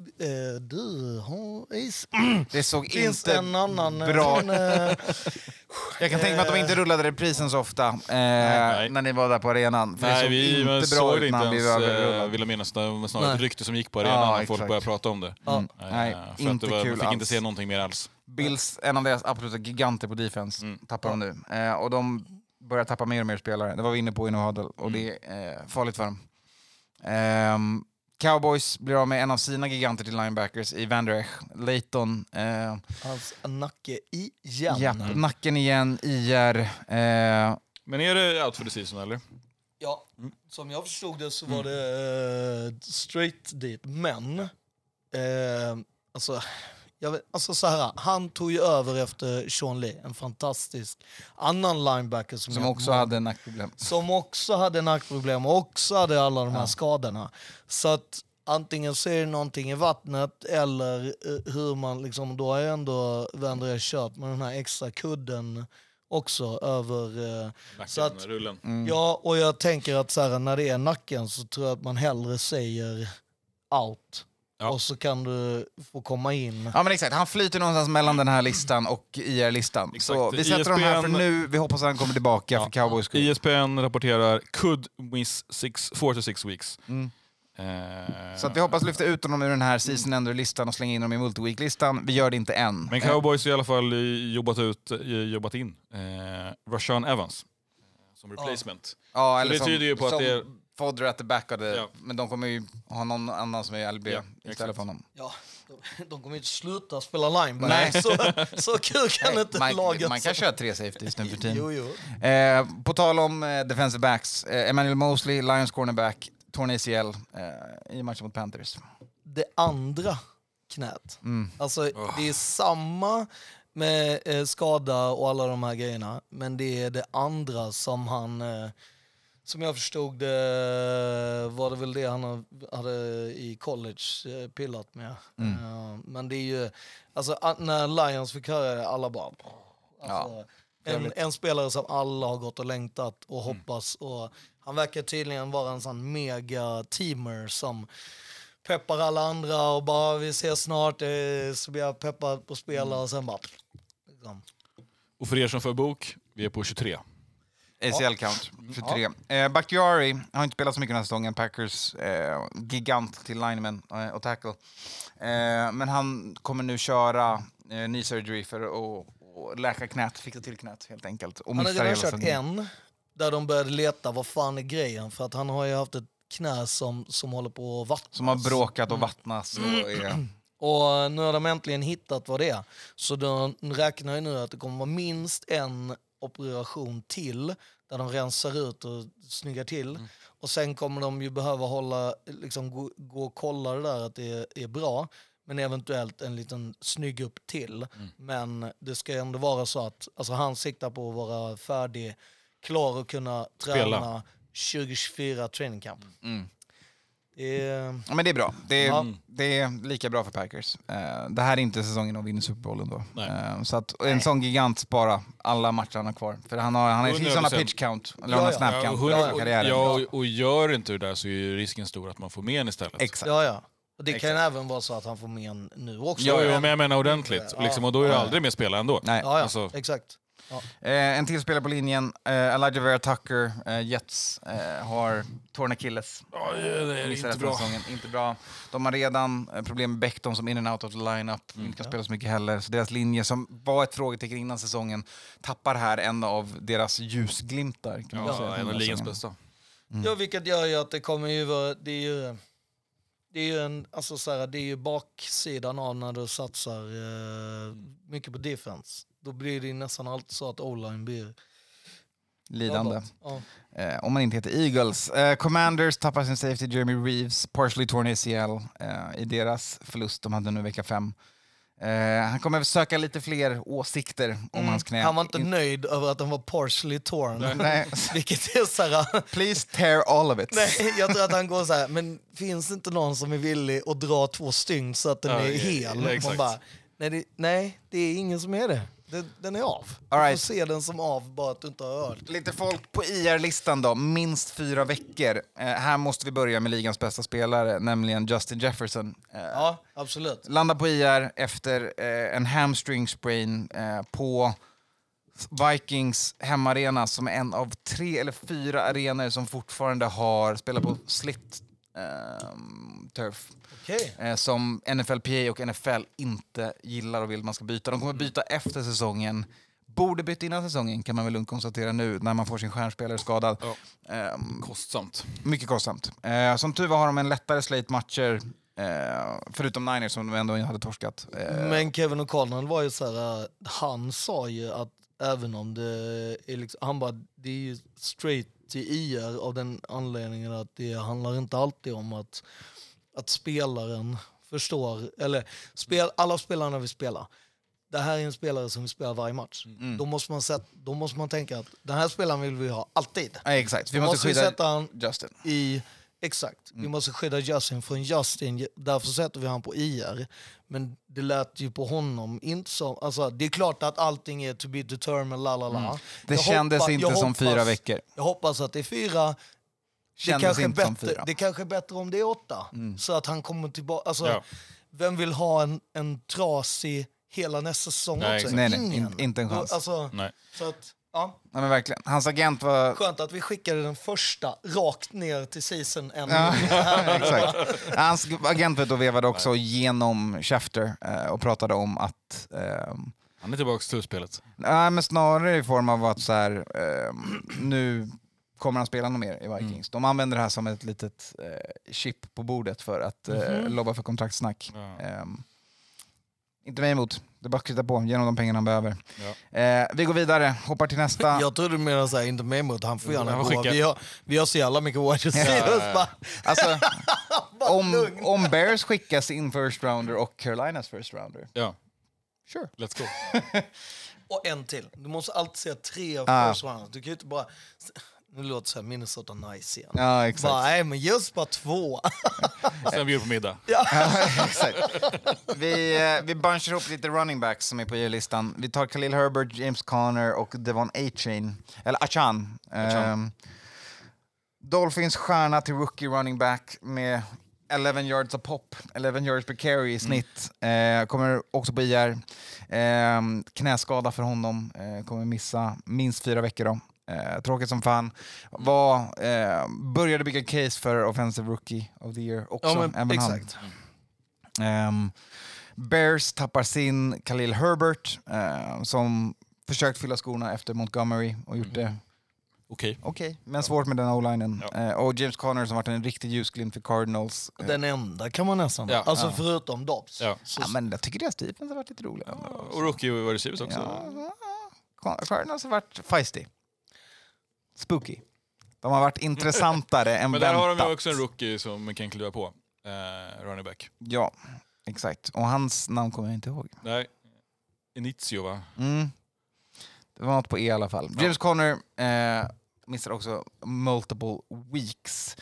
du har Det såg finns inte en annan bra. en, Jag kan tänka mig att de inte rullade reprisen så ofta Nej. när ni var där på arenan. För det Nej, såg vi inte bra såg ut det inte när han blev ens, överrullad. vill jag minnas. Det var snarare Nej. ett rykte som gick på arenan Ja, när folk exakt. började prata om det. Ja. Nej, För inte att det var, kul man fick alls. inte se någonting mer alls. Bills, en av deras absoluta giganter på defense, tappar de nu. Och de börjar tappa mer och mer spelare. Det var vi inne på i Huddle, och det är farligt för dem. Cowboys blir av med en av sina giganter till linebackers i Van Der Esch. Layton, hans nacke igen. ja, nacken igen, IR. Men är det out for the season eller? Ja, som jag förstod det så var det straight dit. Men, alltså så här, han tog ju över efter Sean Lee, en fantastisk annan linebacker Som också hade nackproblem. som också hade nackproblem och också hade alla de här skadorna. Så att antingen så är det någonting i vattnet eller hur man liksom, då har jag ändå Van Der Esch kört med den här extra kudden också över... så att, Nacken, rullen. ja, och jag tänker att så här, när det är nacken så tror jag att man hellre säger out. Ja. Och så kan du få komma in. Ja, men exakt. Han flyter någonstans mellan den här listan och IR-listan. Så Exakt. vi sätter dem här för ISBN nu. Vi hoppas att han kommer tillbaka för Cowboys skull. ISPN rapporterar could miss 4 to 6 weeks. Så att vi hoppas lyfta ut honom ur den här season ender-listan och slänga in dem i multi-week-listan. Vi gör det inte än. Men Cowboys har i alla fall jobbat in Rashawn Evans som replacement. Ja, Så eller det som, tyder ju på att som det är... fodder at the back of the, Ja. men de kommer ju ha någon annan som är LB Ja, istället exakt. för honom. Ja, de kommer inte sluta spela linebacker. Så kul kan inte laget. Man kan köra 3 safeties nu för tiden. Jo. På tal om defensive backs, Emmanuel Mosley, Lions cornerback, torn ACL i matchen mot Panthers. Det andra knät. Alltså det är samma med skada och alla de här grejerna, men det är det andra som han, som jag förstod det, var det väl det han hade i college pillat med. Men det är ju, alltså när Lions fick höra det, alla bara... Alltså, en spelare som alla har gått och längtat och hoppas, och han verkar tydligen vara en sån mega teamer som peppar alla andra och bara vi ses snart, så blir jag peppad på spela och sen bara... Liksom. Och för er som får bok, vi är på 23. ACL-count, 23. Bakhtiari har inte spelat så mycket den här säsongen. Packers gigant till lineman och tackle. Men han kommer nu köra ny surgery för att läka knät, fixa till knät helt enkelt. Och Han har missar redan hela kört säsongen. där de började leta vad fan är grejen, för att han har ju haft ett knä som håller på att vattnas. Som har bråkat och vattnas. Och nu har de äntligen hittat vad det är. Så de räknar ju nu att det kommer vara minst en operation till där de rensar ut och snyggar till. Och sen kommer de ju behöva hålla, liksom gå och kolla det där att det är bra. Men eventuellt en liten snygg upp till. Men det ska ändå vara så att alltså han siktar på att vara färdig, klar och kunna träna 2024 training camp. Ja, men det är bra. Det är lika bra för Packers. Det här är inte säsongen att vinna Super Bowl ändå. Så att en sån gigant spara alla matcher han har kvar. För han har sådana pitch count, eller han har snap count för karriären. Ja, och gör inte det där så är ju risken stor att man får med en istället. Exakt. Ja. Och det kan även vara så att han får med en nu också. Ja, men jag menar ordentligt. Liksom, och då är det aldrig mer spela ändå. Nej. Ja, Alltså. exakt. Ja. En till spelare på linjen, Elijah Vera Tucker, Jets, har torn Achilles. Ja, det är inte bra. Inte bra. De har redan problem med Becton som in and out of the lineup. Inte kan spela så mycket heller. Så deras linje, som var ett frågetecken innan säsongen, tappar här en av deras ljusglimtar. Kan man säga, en av ligans bästa. Ja, vilket gör ju att det kommer ju vara... Det är ju en, alltså så här, det är ju baksidan av när du satsar mycket på defense. Då blir det nästan alltid så att O-line blir lidande. Ja. Om man inte heter Eagles. Commanders tappar sin safety Jeremy Reeves, partially torn ACL i deras förlust de hade nu vecka 5. Han kommer söka lite fler åsikter om hans knä. Han var inte nöjd över att den var partially torn. Nej. Vilket är så här... Please tear all of it. Nej, jag tror att han går så här, men finns inte någon som är villig att dra 2 stygn så att den är hel? Man bara, nej, det är ingen som är det. Den är av. Du får se den som av, bara att du inte har hört. Lite folk på IR-listan då, minst 4 veckor. Här måste vi börja med ligans bästa spelare, nämligen Justin Jefferson. Ja, absolut. Landar på IR efter en hamstring sprain på Vikings hemmaarena, som är en av 3 eller 4 arenor som fortfarande har spelat på slit turf. Okay. Som NFLPA och NFL inte gillar och vill man ska byta. De kommer byta efter säsongen. Borde byta innan säsongen, kan man väl lugnt konstatera nu när man får sin stjärnspelare skadad. Kostsamt. Mycket kostsamt. Som tur var har de en lättare slate matcher, förutom Niners som de ändå hade torskat. Men Kevin O'Connell var ju så här, han sa ju att även om det är liksom, han bara, det är ju straight till IR av den anledningen att det handlar inte alltid om att spelaren förstår, eller alla spelarna vill spela. Det här är en spelare som vill spela varje match. Då måste man tänka att den här spelaren vill vi ha alltid. Ja, exakt. Vi måste skydda Justin. Exakt. Vi måste skydda Justin från Justin. Därför sätter vi han på IR. Men det lät ju på honom inte som... Alltså, det är klart att allting är to be determined, Det kändes inte som 4 veckor. Jag hoppas att det är 4. Det kanske är bättre om det är 8. Så att han kommer tillbaka. Alltså, vem vill ha en trasig hela nästa säsong också? Nej, inte en chans. Alltså, så att, ja. Nej, men verkligen. Hans agent var... Skönt att vi skickade den första rakt ner till season. Exakt. Hans agent då vevade också genom Schefter och pratade om att... han är tillbaka till slutspelet. Nej, men snarare i form av att så här, nu kommer han spela något mer i Vikings. De använder det här som ett litet chip på bordet för att lobba för kontraktsnack. Inte mig emot. Det är bara att krytta på genom de pengarna han behöver. Vi går vidare, hoppar till nästa. Jag trodde du menade såhär, inte mig emot, han får gärna gå. Vi har så jävla mycket wide receivers. Alltså, om Bears skickar sin first rounder och Carolinas first rounder. Ja. Sure. Let's go. Och en till. Du måste alltid säga 3 first rounders. Du kan ju inte bara... Nu låter det så här Minnesota nice igen. Ja, exakt. Nej, men just bara 2. Sen bjuder på middag. Ja, exakt. Vi bunchar ihop lite running backs som är på listan. Vi tar Khalil Herbert, James Conner och Devon Achan. Dolphins stjärna till rookie running back med 11 yards a pop, 11 yards per carry i snitt. Kommer också på IR. Knäskada för honom. Kommer missa minst 4 veckor då. Tråkigt som fan. Började bygga case för Offensive Rookie of the Year också. Ja, men, exakt. Bears tappar sin Khalil Herbert som försökt fylla skorna efter Montgomery och gjort det okej, men svårt med den O-linen. Och James Conner som varit en riktig ljusglimt för Cardinals. Den enda kan man nästan. Förutom Dobbs. Ja, men jag tycker deras defense har varit lite rolig. Och rookie och receivers också. Cardinals har varit feisty. spooky. De har varit intressantare än Men där väntat. har de ju också en rookie som kan kliva på. Running back. Ja, exakt. Och hans namn kommer jag inte ihåg. Nej, Inizio va? Det var något på E i alla fall. James Conner missar också multiple weeks.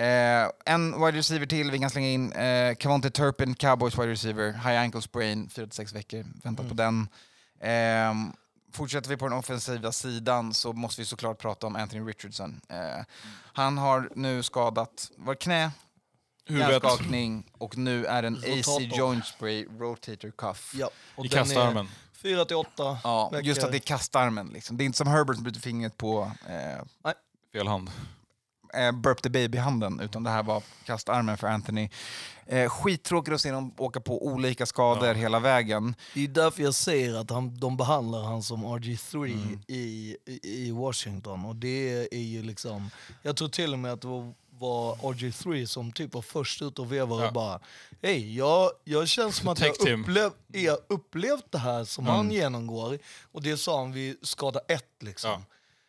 En wide receiver till vi kan slänga in. Cavonte Turpin, Cowboys wide receiver. High ankle sprain, 4-6 veckor. Väntat på den. Fortsätter vi på den offensiva sidan så måste vi såklart prata om Anthony Richardson. Han har nu skadat knä, hjärnskakning och nu är en AC joint spray rotator cuff. Ja, och I den är kastarmen. 4-8 Ja, veckor. just att det är kastarmen. Liksom. Det är inte som Herbert som bryter fingret på Fel hand. Burp the Baby-handen, utan det här var kastarmen för Anthony. Skittråkigt att se dem åka på olika skador hela vägen. Det är därför jag säger att de behandlar han som RG3 i Washington. Och det är ju liksom... Jag tror till och med att det var RG3 som typ var först ut och vevade och bara hej, jag känns som att jag upplevt det här som han genomgår. Och det sa han vid skada 1 liksom.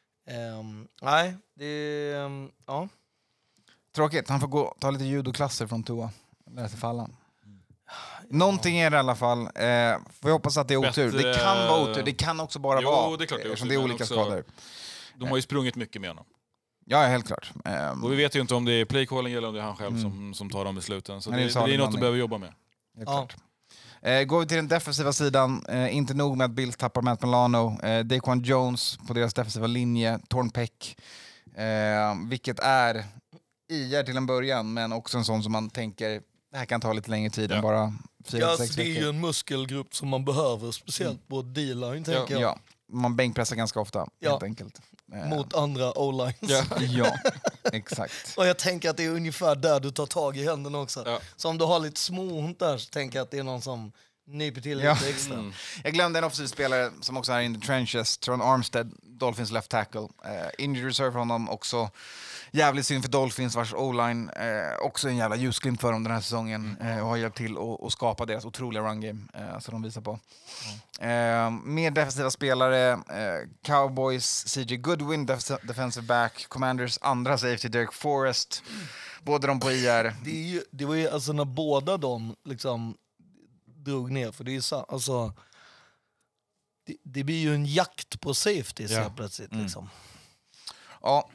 Nej, det... ja. Tråkigt, han får ta lite judoklasser från Tua. Lära sig falla. Någonting är det i alla fall. Får vi hoppas att det är otur. Det kan vara otur, det kan också bara vara. Det är klart eftersom det är olika skador. De har ju sprungit mycket med honom. Ja, helt klart. Och vi vet ju inte om det är playcalling eller om det är han själv som tar de besluten. Så det är något du behöver jobba med. Helt klart. Går vi till den defensiva sidan, inte nog med att Bills tappar Matt Milano, Daquan Jones på deras defensiva linje, Torn Peck, vilket är IR till en början, men också en sån som man tänker, det här kan ta lite längre tid än bara 4-6 veckor. Det är ju en muskelgrupp som man behöver, speciellt på D-line tänker jag. Ja, man bänkpressar ganska ofta, helt enkelt. Mot andra O-lines. Ja, exakt. Och jag tänker att det är ungefär där du tar tag i händerna också. Ja. Så om du har lite småont där så tänker jag att det är någon som nyper till lite extra. Jag glömde en offensiv spelare som också är in the trenches, Tron Armstead, Dolphins left tackle. Injury reserve för honom också. Jävligt synd för Dolphins vars O-line också en jävla ljusglimt för dem den här säsongen och har hjälpt till att skapa deras otroliga run game som de visar på. Mer defensiva spelare, Cowboys CJ Goodwin, defensive back, Commanders andra safety Derek Forrest, båda de på IR. Det var ju alltså när båda de liksom drog ner, för det är ju så, alltså det blir ju en jakt på safety så plötsligt liksom. Ja,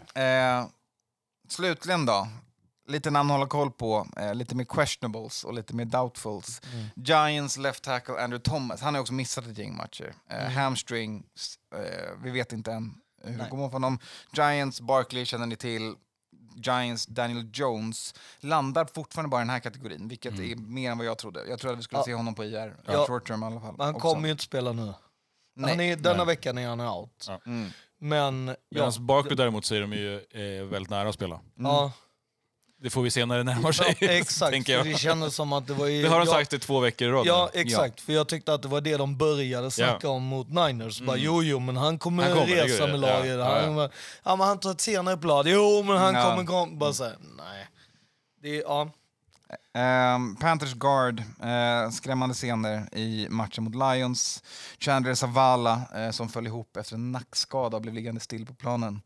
slutligen då, lite namn att hålla koll på, lite mer questionables och lite mer doubtfuls. Giants left tackle Andrew Thomas, han har också missat ett gäng matcher. Hamstring, vi vet inte än hur det kommer för honom. Giants, Barkley känner ni till. Giants, Daniel Jones landar fortfarande bara i den här kategorin, vilket är mer än vad jag trodde. Jag trodde att vi skulle se honom på IR, short term i alla fall. Men han kommer ju inte spela nu. Denna veckan är han out. Ja. Men Barkley däremot säger de ju väldigt nära att spela. Ja. Det får vi se när det närmar sig. Ja, exakt, jag. det kändes som att det var... Det har de sagt i 2 veckor i rad. Ja, exakt. För jag tyckte att det var det de började snacka om mot Niners. Bara, jo, men han kommer resa med laget. Men han tar ett senare blad. Jo, men han kommer... Bara så här, nej. Det är... Panthers guard, skrämmande scener i matchen mot Lions. Chandler Zavala som föll ihop efter en nackskada och blev liggande still på planen.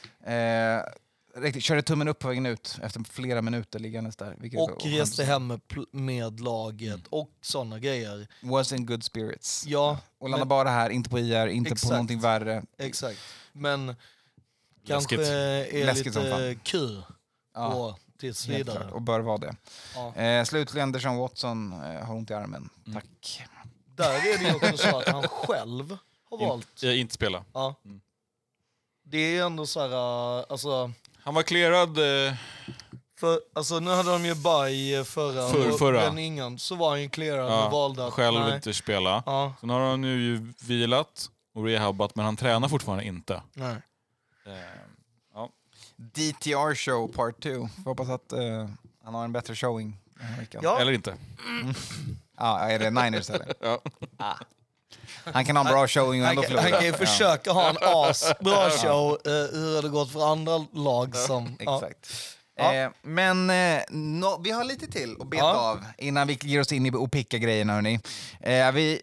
Riktigt, körde tummen upp på vägen ut efter flera minuter liggandes där. Och reste hem med laget och sådana grejer. Was in good spirits. Ja, och landade bara här, inte på IR, inte på någonting värre. Exakt. Men läskigt. Kanske är läskigt lite kul tills vidare. Och bör vara det. Ja. Slutligen, Deshaun Watson har ont i armen. Tack. Där är det ju också så att han själv har valt... Inte spela. Ja. Det är ändå så här... Alltså, han var clearad... För, alltså, nu hade de ju bye förra. Men ingen, så var han ju clearad och valde att... Själv inte spela. Ja. Sen har han nu ju vilat och rehabbat, men han tränar fortfarande inte. Nej. DTR show part 2. Hoppas att han har en bättre showing den här veckan. Ja. Eller inte. Är det Niners eller? Han kan ha en bra showing och ändå förlora. Han kan ju försöka ha en bra show. Hur har det gått för andra lag som... Exakt. Men vi har lite till att beta av innan vi ger oss in i och picka grejerna, hörni. Vi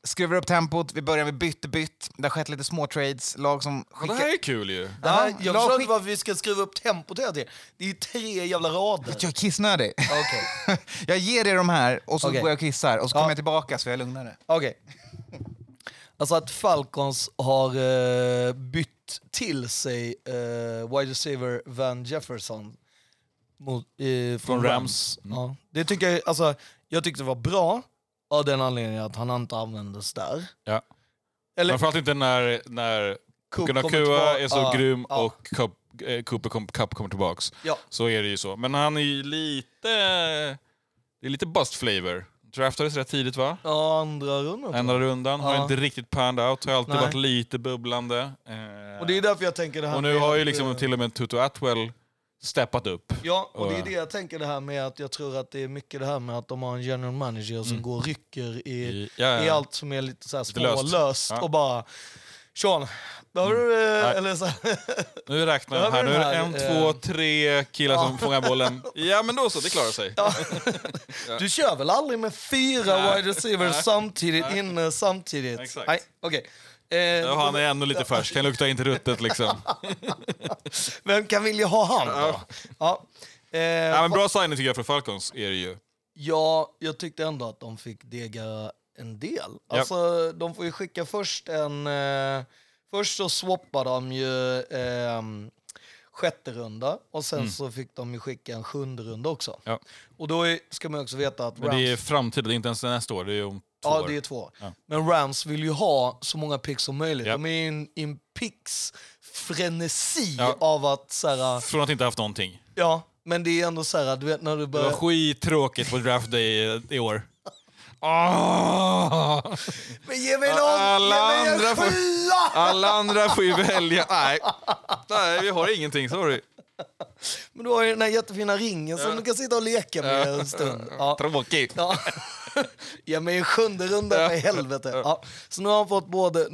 skruvar upp tempot. Vi börjar med bytt. Det har skett lite små trades. Lag som Men det här är kul ju. Det här, Ja, jag förstår inte varför vi ska skruva upp tempot hela tiden. Det är ju 3 jävla rader. Jag är kissnödig. Okej. Jag ger er de här och så Okej. går jag och kissar. Och så kommer jag tillbaka så är jag lugnare. Okej. Alltså att Falcons har bytt till sig wide receiver Van Jefferson från Rams. Ja. Det tycker jag, alltså, jag tyckte det var bra av den anledningen att han inte användes där. Ja. Eller Framförallt inte när Coop kommer Kunakua tillbaka. är så Ja, grym ja. och Cooper Cup kommer tillbaks. Ja. Så är det ju så. Men han är ju lite... Det är lite bust flavor. Draftades rätt tidigt va? Ja, andra rundan. Andra rundan. Har Ja. inte riktigt panned out. Har alltid Nej. varit lite bubblande. Och det är därför jag tänker det här Och nu med har ju att, liksom till och med Tutu Atwell steppat upp. Ja, och det är det jag tänker det här med att jag tror att det är mycket det här med att de har en general manager som går och rycker i allt som är lite så här smålöst Ja. och bara Sean, behöver du eller så här, Nu räknar jag här. Nu är det 1, 2, 3 killar som fångar bollen. Ja men då så, det klarar sig. du kör väl aldrig med 4 wide receivers samtidigt inne samtidigt? Exakt. Nej, okej. Ja, han är ännu lite färsk, han luktar inte ruttet liksom. Vem kan vilja ha han då? Ja. Ja, men bra signing tycker jag för Falcons är det ju. Ja, jag tyckte ändå att de fick dega en del. Alltså, de får ju skicka först först så swappade de ju 6:e runda och sen så fick de ju skicka en 7:e runda också. Ja. Och då ska man också veta att Men det är framtiden, det är inte ens nästa år, det är om 2 år. Ja, det är 2. Ja. Men Rams vill ju ha så många picks som möjligt. Ja. De är ju i en picks-frenesi Ja. av att så här, Från att inte haft någonting. ja, men det är ändå så här, du vet när du Det börjar... var skittråkigt på draft day i år. Men ge mig någon! Alla ge mig andra en får- 7! Alla andra får ju välja. Nej, vi har ingenting, sorry. Men du har ju den här jättefina ringen som du kan sitta och leka med en stund. Ja. Tråkigt. Ja. Ge mig en 7:e runda för helvete. Ja. Så nu har han fått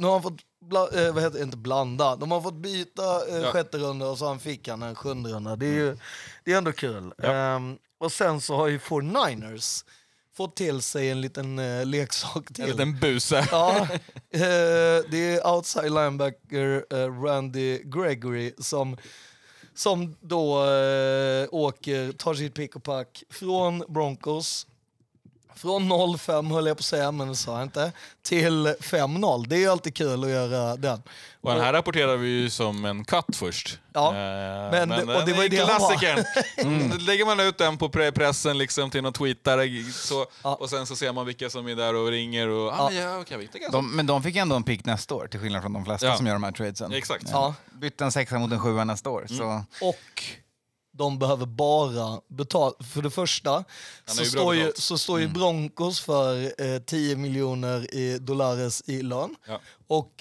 vad heter det? Inte blanda. De har fått byta 6:e runda och så fick han en 7:e runda. Det är ändå kul. Och sen så har ju 49ers fått till sig en liten leksak till. En liten buse. Ja, det är outside linebacker Randy Gregory som då tar sitt pick och pack från Broncos. Från 0-5 höll jag på att säga, men det sa jag inte. Till 5-0. Det är ju alltid kul att göra den. Och den här rapporterar vi ju som en cut först. Ja, och det var ju det han var. Klassikern. Lägger man ut den på pressen liksom till någon tweetare så, och sen så ser man vilka som är där och ringer och Men de fick ändå en pick nästa år, till skillnad från de flesta Ja. som gör de här tradesen. Exakt. Ja. Bytte en 6 mot en 7 nästa år. Så. Och de behöver bara betala. För det första Han så är ju bra står, betalt. så står ju Broncos för 10 miljoner dollars i lön. Ja. Och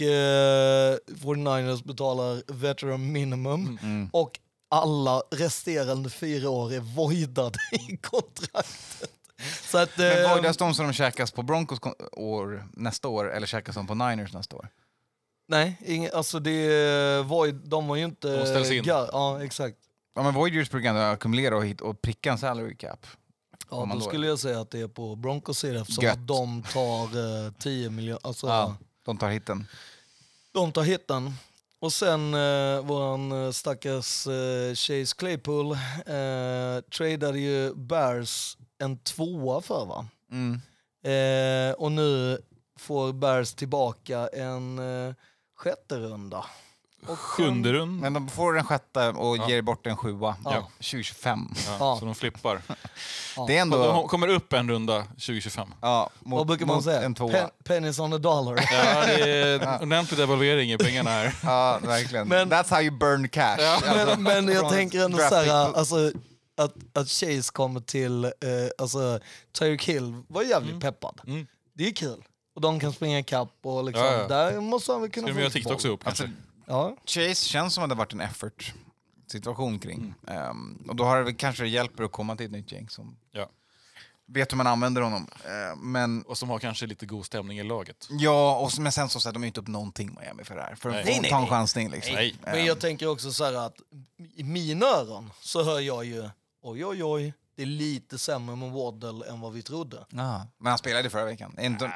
49ers betalar veteran minimum. Och alla resterande 4 år är voidade i kontraktet. Så att, Men voidas de som de käkas på Broncos år nästa år eller käkas de på Niners nästa år? nej, alltså det är void. De har ju inte... De ställs in. Ja, exakt. Ja, men Voiders brukar ändå ackumulera och pricka en salary cap. Ja, man då då- skulle jag säga att det är på Broncos sida eftersom Gött. att de tar 10 miljoner. Alltså, Ja, de tar hitten. de tar hitten. Och sen våran stackars Chase Claypool tradade ju Bears en 2 för va? Mm. Och nu får Bears tillbaka en 6:e runda. Och 7:e rund. Men de får en 6:e och ger bort en 7. Ja. 2025. Ja. Så de flippar. Det är ändå... De kommer upp en runda 2025. Ja, vad brukar man säga? en 2. Pennies on the dollar. Ja, det är ordentlig devalvering i pengarna här. Ja, verkligen. Men- That's how you burn cash. Alltså, Men jag från tänker ändå draft så här, pick. alltså, att Chase kommer till, alltså Tyreek Hill var jävligt peppad. Mm. Det är kul. Och de kan springa ikapp och liksom, Ja, ja. där måste han väl kunna Ska de göra TikToks ihop kanske? Alltså, Ja. Chase känns som att det har varit en effort-situation kring. Och då har det väl kanske hjälper att komma till ett nytt gäng som Ja. vet hur man använder honom. Men Och som har kanske lite god stämning i laget. ja, men sen så de är inte upp någonting Miami för det här. För att Nej. få ta en chansning liksom. Nej. Men jag tänker också så här att i mina öron så hör jag ju oj, det är lite sämre med Waddle än vad vi trodde. Ja, men han spelade förra veckan.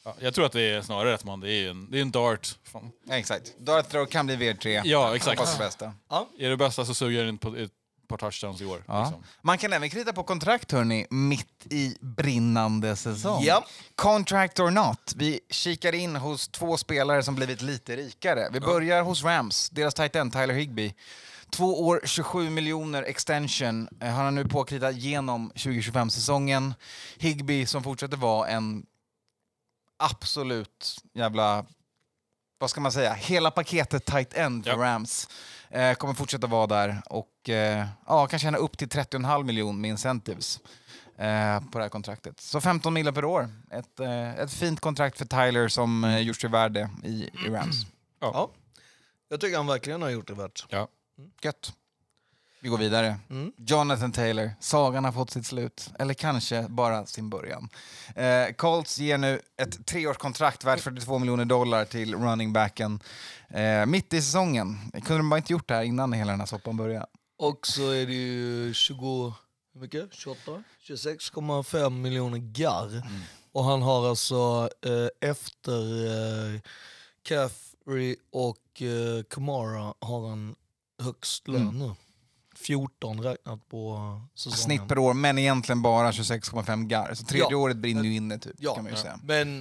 Ja, jag tror att det är snarare rätt man. Det är en dart. Fan. Ja, exakt. Darth Throw kan bli VR3. Ja, exakt. Hoppas det bästa. Ja. Är det bästa så suger den på ett par touchdowns i år. Ja. Liksom. Man kan även krita på kontrakt, hörni, mitt i brinnande säsong. Ja. Contract or not. Vi kikar in hos 2 spelare som blivit lite rikare. Vi börjar hos Rams, deras tight end Tyler Higbee. 2 år, 27 miljoner extension. Han har nu påkritat genom 2025-säsongen. Higbee som fortsätter vara en absolut jävla, vad ska man säga, hela paketet tight end för Rams. Kommer fortsätta vara där och kan tjäna upp till 30,5 miljoner med incentives på det här kontraktet. Så 15 miljoner per år. Ett fint kontrakt för Tyler som gjort sig värde i Rams. Ja. Jag tycker han verkligen har gjort det värt. Ja. Gött. Vi går vidare. Jonathan Taylor. Sagan har fått sitt slut. Eller kanske bara sin början. Colts ger nu ett 3-årskontrakt värt $42 miljoner till running backen. Mitt i säsongen. Kunde de bara inte gjort det här innan hela den här soppan började? Och så är det ju 26,5 miljoner gar. Och han har alltså efter Caffrey och Kamara har han högst lön nu. 14 räknat på säsongen. Snitt per år, men egentligen bara 26,5 gar. Så tredje året brinner ju inne typ, kan man ju säga. Men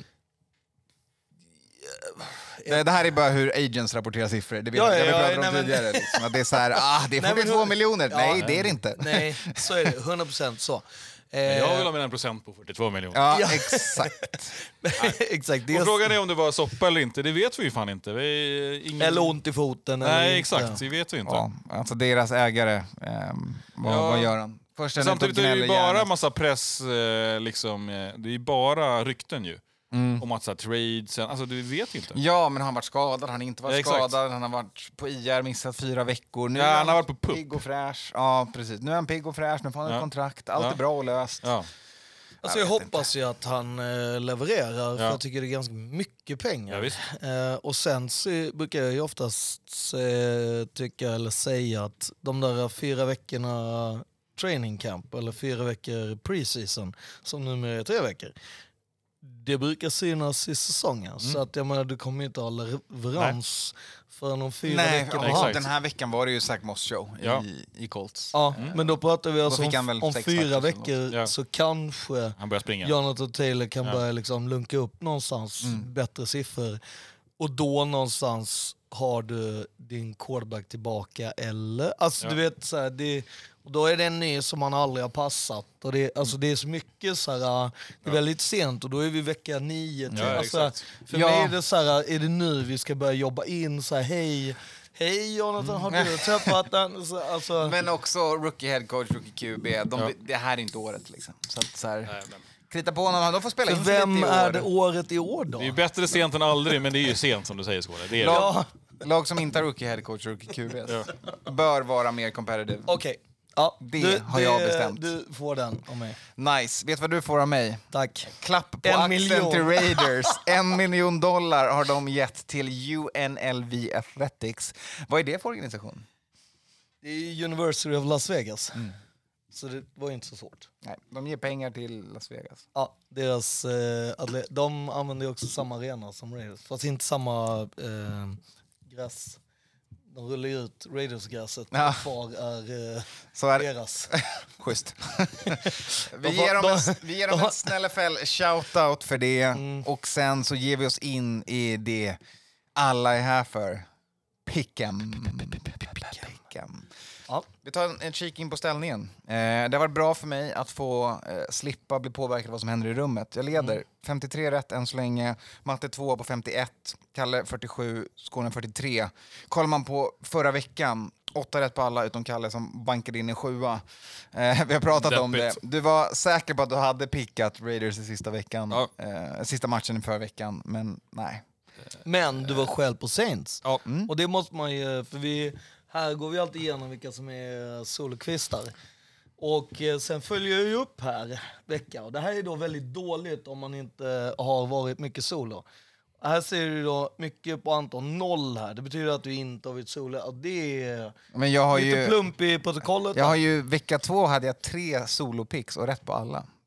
det här är bara hur agents rapporterar siffror. Det vet jag. Vi pratade om tidigare. Liksom, att det är så här, det är 42 miljoner. Nej, det är det inte. Nej, så är det. 100% så. Jag vill ha med 1% på 42 miljoner. Ja, exakt. Exakt. Och frågan är om det var soppa eller inte. Det vet vi ju fan inte. Eller ont i foten. Nej, eller exakt. inte. Vi vet ju inte. Ja, alltså deras ägare, vad gör han? Först Samtidigt är det ju bara massa press, liksom, det är ju bara rykten ju. Om att så här, trades, alltså du vet inte. Ja, men han har varit skadad, han har inte varit Exakt. skadad, han har varit på IR, missat 4 veckor. Nu han har varit på pupp. pigg och fräsch. Ja, precis. Nu är han pigg och fräsch, nu får han ett kontrakt. Allt är bra och löst. Ja. Alltså jag hoppas ju att han levererar, för jag tycker det är ganska mycket pengar. Ja, visst. Och sen så brukar jag ju oftast tycka eller säga att de där 4 veckorna training camp eller 4 veckor preseason, som numera är 3 veckor, det brukar synas i säsongen. Så att jag menar, du kommer inte ha leverans för de 4 veckorna. Ja, den här veckan var det ju Zach Moss show i Colts. Ja, men då pratar vi alltså om 4 veckor så kanske han börjar springa. Jonathan Taylor kan börja liksom lunka upp någonstans bättre siffror. Och då någonstans har du din quarterback tillbaka, eller alltså du vet så här, och då är det en ny som man aldrig har passat, och det är så mycket så här, det är väldigt sent, och då är vi vecka 9 till, alltså, för mig är det så här, är det nu vi ska börja jobba in så här, hej Jonathan, har du träffat den? Alltså. Men också rookie head coach, rookie QB, det här är inte året liksom. Så här, krita på honom, de får spela in vem lite i år. är det året i år då? Det är ju bättre sent än aldrig, men det är ju sent som du säger, Skåne. Det är Lag som inte har rookie head coach, rookie QB bör vara mer competitive. Okej. Ja, det har jag bestämt. Du får den av mig. Nice. Vet vad du får av mig? Tack. Klapp på 1 axeln miljon. till Raiders. $1 million har de gett till UNLV Athletics. Vad är det för organisation? Det är University of Las Vegas. Så det var ju inte så svårt. Nej, de ger pengar till Las Vegas. Ja, deras de använder ju också samma arena som Raiders. Fast inte samma gräs. De rullar ju ut Raiders-gräset. Kvar är så är deras. Schysst. Vi ger dem en snäll shoutout för det. Och sen så ger vi oss in i det alla är här för. Pick'em. Ja. Vi tar en kik in på ställningen. Det har varit bra för mig att få slippa bli påverkad av vad som händer i rummet. Jag leder 53 rätt än så länge. Matte 2 på 51. Kalle 47. Skåne 43. Kollar man på förra veckan, 8 rätt på alla utom Kalle som bankade in en 7. Vi har pratat om det. Du var säker på att du hade pickat Raiders i sista veckan. Sista matchen i förra veckan, men nej. Men du var själv på Saints. Och det måste man ju, för här går vi alltid igenom vilka som är solokvistar. Och sen följer jag ju upp här vecka. Och det här är då väldigt dåligt om man inte har varit mycket solo. Här ser du då mycket på Anton 0 här. Det betyder att du inte har varit solo. Och det är men jag har lite plump i protokollet. Jag har ju vecka 2 hade jag 3 solopicks och rätt på alla.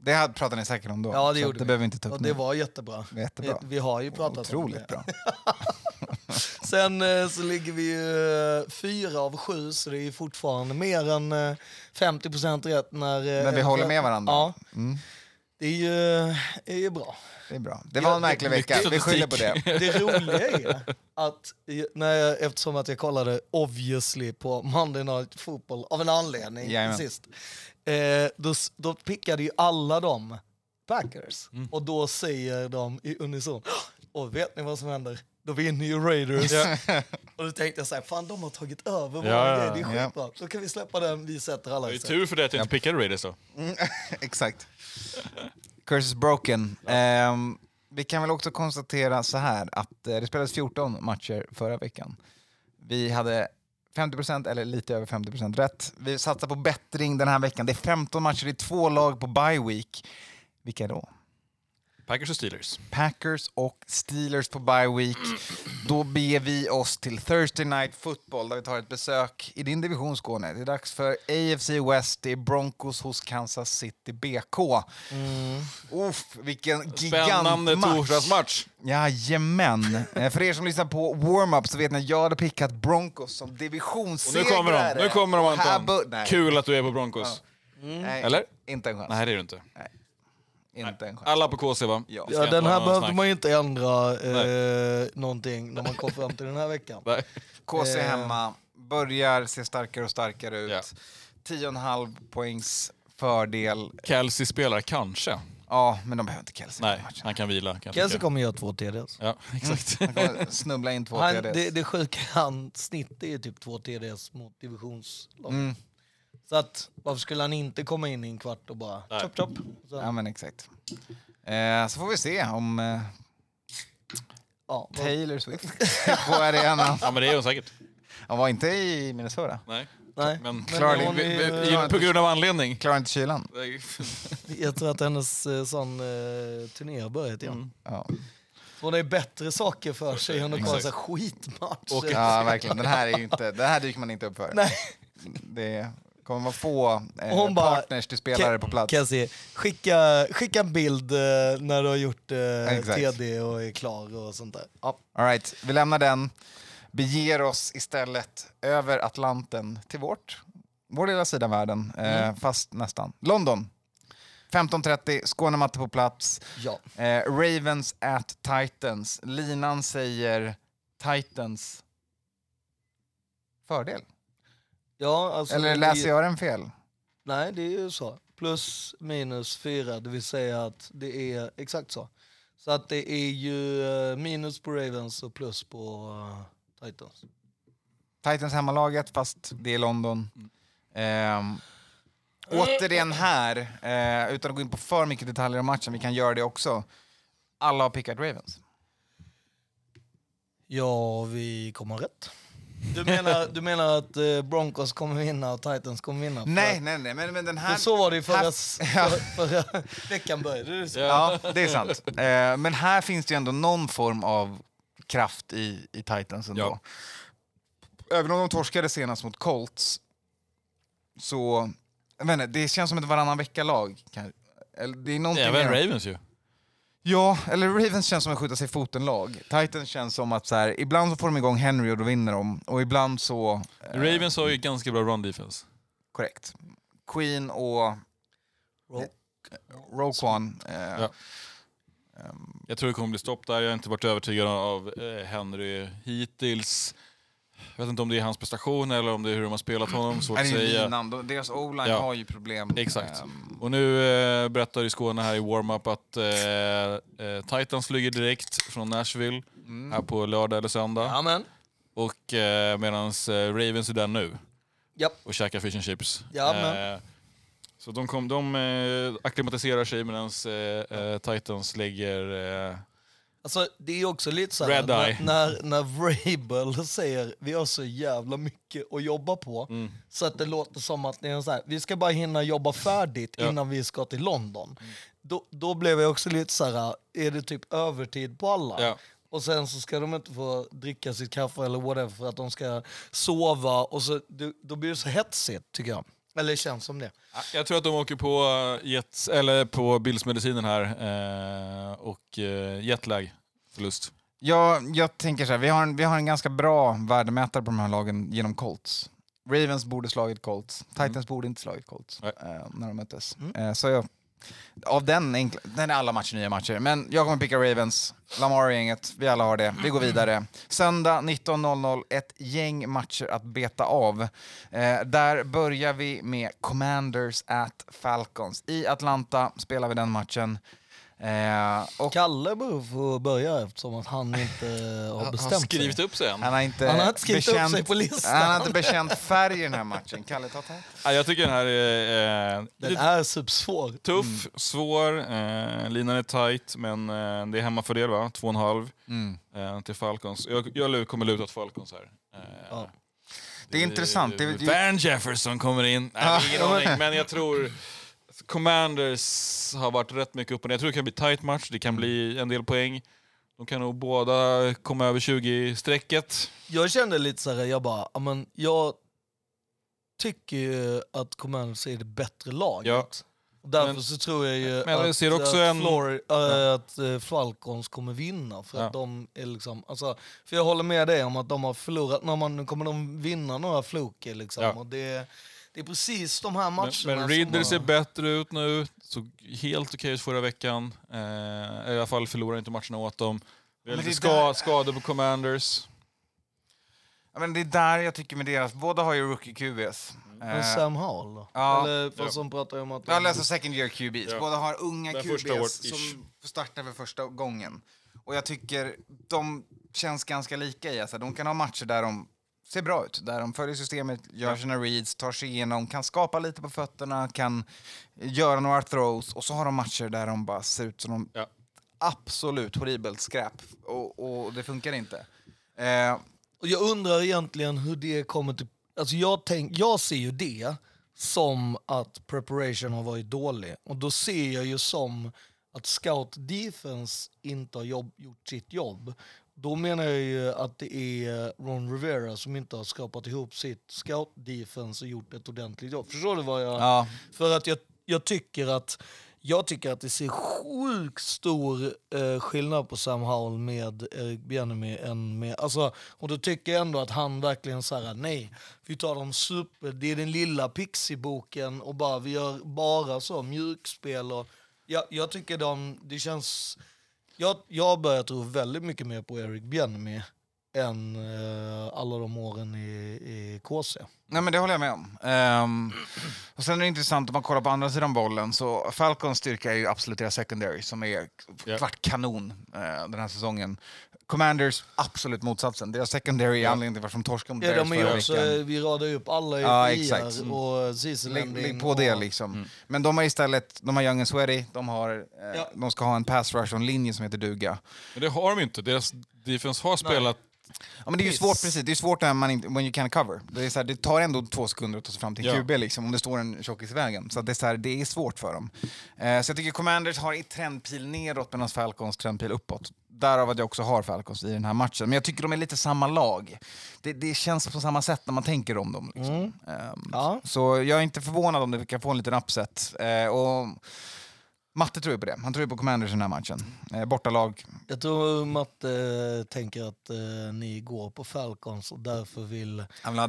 Det pratade ni säkert om då. Ja, det så gjorde det vi. behöver vi inte ta upp Och nu. det var jättebra. Jättebra. Vi har ju pratat Otroligt om det. bra. Sen så ligger vi ju 4 av 7, så det är fortfarande mer än 50% rätt. När vi håller med varandra. Ja, Mm, det är ju bra. det är bra. Det var en märklig vecka. Vi skyller på det. Det roliga är att eftersom att jag kollade obviously på Monday Night Football av en anledning Jajamän. sist. Då pickade ju alla de Packers. Och då säger de i unison, och vet ni vad som händer? Då vinner ju Raiders. Och då tänkte jag så här, fan de har tagit över vår grej, det är skitbra. Då kan vi släppa den, vi sätter alla Det är i tur för det att jag inte pickade Raiders då. Exakt. Curse is broken. Vi kan väl också konstatera så här att det spelades 14 matcher förra veckan. Vi hade 50% eller lite över 50% rätt. Vi satsar på bättring den här veckan. Det är 15 matcher, det är 2 lag på bye week. Vilka då? Packers och Steelers. Packers och Steelers på bye week. Då beger vi oss till Thursday Night Football där vi tar ett besök i din division Skåne. Det är dags för AFC West. Det är Broncos hos Kansas City BK. Vilken Spännande gigantmatch. torsdagsmatch. Jajamän. För er som lyssnar på warm-up så vet ni att jag hade pickat Broncos som Och divisionssegrare. nu kommer de Här Anton. nej. Kul att du är på Broncos. Nej, Eller? inte en chans. Nej, det är du inte. Inte en chans. Alla på KC va? Ja. Det ska Ja, inte den vara här någon behövde snack. man ju inte ändra någonting när man kom fram till den här veckan. Nej. KC hemma börjar se starkare och starkare ut. Ja. 10,5 poängs fördel. Kelsey spelar kanske. Ja, men de behöver inte Kelsey. Nej, han kan vila. Kanske Kelsey inte. kommer göra 2 TDs. Ja, exakt. Han kommer snubbla in 2 TDs. Det sjuka, han snitt är ju typ 2 TDs mot divisionslag. Mm. Så att varför skulle han inte komma in i en kvart och bara Nej. chop chop? Så, Ja, men exakt. Så får vi se om ja, Taylor Swift på arenan. Ja, men det är hon säkert. Han var inte i Minnesota. Nej. nej. Men Klarar hon är- det. på grund av anledning. Klarar inte kylan. Jag tror att hennes sån turné har börjat igen. Mm. Ja. Hon har ju bättre saker för sig än att kolla Exakt. så här skitmatch. Och- Ja, verkligen. Den här är ju inte, det här dyker man inte upp för. Nej. Det kommer vara få Hon bara, partners till spelare på plats. Cassie, skicka en bild när du har gjort Exakt. TD och är klar och sånt där. Ja. All right, vi lämnar den. Beger oss istället över Atlanten till vår lilla sida av världen. Fast nästan. London. 15:30, Skånematte på plats. Ja. Ravens at Titans. Linan säger Titans fördel. Ja, alltså, Eller läser jag den fel? Nej, det är ju så. Plus minus 4, det vill säga att det är exakt så. Så att det är ju minus på Ravens och plus på Titans. Titans hemmalaget, fast det är London. Återigen här, utan att gå in på för mycket detaljer om matchen, vi kan göra det också. Alla har pickat Ravens. Ja, vi kommer rätt. Du menar att Broncos kommer vinna och Titans kommer vinna? Nej, men den här... För så var det ju här- förra veckan började det så. Ja, det är sant. Men här finns det ju ändå någon form av kraft i Titans ändå. Ja. Även om de torskade senast mot Colts så... Jag vet inte, det känns som ett varannan vecka-lag. Det är någonting Även med- Ravens ju. Ja, eller Ravens känns som att skjuta sig i foten-lag. Titans känns som att så här, ibland så får de igång Henry och då vinner de. Och ibland så... Ravens har ju ganska bra run defense. Korrekt. Queen och Roquan. Ja. Jag tror det kommer bli stopp där. Jag har inte varit övertygad av Henry hittills. Jag vet inte om det är hans prestation eller om det är hur de har spelat honom. Svårt Är att det säga. linan? Deras O-line Ja. har ju problem. Exakt. Och nu berättar i Skåne här i warm-up att Titans flyger direkt från Nashville här på lördag eller söndag. Amen. Och medan Ravens är där nu Japp. och käkar fish and chips. Jamen. Så de akklimatiserar sig medan Titans lägger... Alltså, det är också lite så Red här, eye. när Vrabel säger vi har så jävla mycket att jobba på så att det låter som att det är så här, vi ska bara hinna jobba färdigt innan vi ska till London. Då blev jag också lite så här, är det typ övertid på alla? Ja. Och sen så ska de inte få dricka sitt kaffe eller whatever för att de ska sova och så, då blir det så hetsigt tycker jag. Eller känns som det. Jag tror att de åker på Jets, eller på Bills-medicinen här. Och jetlag förlust. Jag tänker så här, vi har en ganska bra värdemätare på de här lagen genom Colts. Ravens borde slagit Colts. Titans borde inte slagit Colts när de möttes. Så av den är alla matcher nya matcher. Men jag kommer picka Ravens. Lamar-gänget, vi alla har det. Vi går vidare. Söndag 19.00, ett gäng matcher att beta av. Där börjar vi med Commanders at Falcons. I Atlanta spelar vi den matchen. Och Kalle får börja eftersom att han inte har bestämt Skrivit sig. upp sig än. han har inte skrivit upp sig på listan. Han har inte bekänt färg i den här matchen. Kalle, ta det. Ja, jag tycker den här är Den är subsvår. tuff, svår, linan är tight, men det är hemmafördel, va? 2,5 till Falcons. Jag kommer luta åt Falcons här. Ja. Det är intressant. Van Jefferson kommer in. Nej, ingen aning, men jag tror Commanders har varit rätt mycket upp och ner. Jag tror det kan bli tight match, det kan bli en del poäng. De kan nog båda komma över 20-strecket. Jag kände lite så här, jag tycker ju att Commanders är det bättre laget. Ja. Och därför så tror jag ju men jag ser också att Falcons kommer vinna. För att de är liksom, alltså, för jag håller med dig om att de har förlorat. Nu kommer de vinna några floker liksom. Ja. Och det är precis de här matcherna. Men Ridder ser bättre ut nu. Så helt okej ut förra veckan. I alla fall förlorar inte matcherna åt dem. Det är lite skador på Commanders. Ja, men det är där jag tycker med deras... Båda har ju rookie QBs. Men Sam Howell då? Ja. Eller vad som pratar om att... Jag läser second year QBs. Ja. Båda har unga Den första QBs året-ish. som får starta för första gången. Och jag tycker de känns ganska lika i. Alltså, de kan ha matcher där de ser bra ut. Där de följer systemet, gör sina reads, tar sig igenom, kan skapa lite på fötterna, kan göra några throws. Och så har de matcher där de bara ser ut som de absolut horribelt skräp. Och det funkar inte. Och jag undrar egentligen hur det kommer till... Alltså jag ser ju det som att preparation har varit dålig. Och då ser jag ju som att scout defense inte har gjort sitt jobb. Då menar jag ju att det är Ron Rivera som inte har skapat ihop sitt scout defense och gjort ett ordentligt jobb. Förstår du vad jag... Ja. För att jag tycker att det ser sjukt stor skillnad på Sam Howell med Eric Bieniemy än med... Alltså, och då tycker jag ändå att han verkligen säger nej, vi tar dem det är den lilla Pixie-boken och vi gör bara så mjukspel. Och, jag tycker det känns... Jag börjar tro väldigt mycket mer på Eric Bieniemy än alla de åren i KC. Nej, men det håller jag med om. Och sen är det intressant om man kollar på andra sidan bollen, så Falcons styrka är ju absolut deras secondary som är klart kanon den här säsongen. Commanders absolut motsatsen. Deras secondary är anledningen till varför de torskar mot Bears förra veckan. Vi radar upp alla i exakt. och Cicelanding. Lägg på det liksom. Men de har istället, de har Young and Sweaty, de ska ha en pass rush och en linje som heter duga. Men det har de inte. Deras defense har spelat... Ja, men det är ju svårt, precis. Det är svårt när man inte, when you can't cover. Det är så här, det tar ändå 2 sekunder att ta sig fram till en QB liksom, om det står en tjockis i vägen. Så det är så här, det är svårt för dem. Så jag tycker Commanders har en trendpil neråt medan Falcons trendpil uppåt. Därav att jag också har Falcons i den här matchen. Men jag tycker de är lite samma lag. Det känns på samma sätt när man tänker om dem. Liksom. Så jag är inte förvånad om det kan få en liten upset. Och Matte tror ju på det. Han tror ju på Commanders i den här matchen. Bortalag. Jag tror Matte tänker att ni går på Falcons och därför vill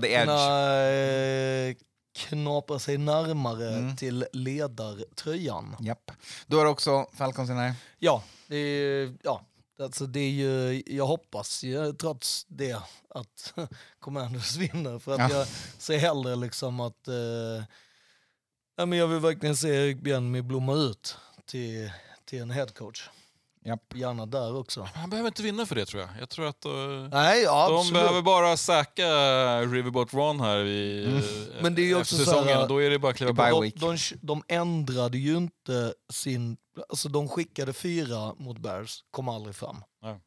knapra sig närmare till ledartröjan. Japp. Du har också Falcons i den här? Ja, alltså det är ju, jag hoppas ju trots det att Commanders vinner. För att jag ser hellre liksom att men jag vill verkligen se Eric Bieniemy blomma ut till en headcoach. Japp. Gärna där också. Han behöver inte vinna för det, tror jag. Jag tror att de behöver bara säcka Riverboat Ron här men det är ju också efter säsongen. så här, då är det bara att kliva på. De ändrade ju inte sin... Alltså de skickade 4 mot Bears, kom aldrig fram. Ja.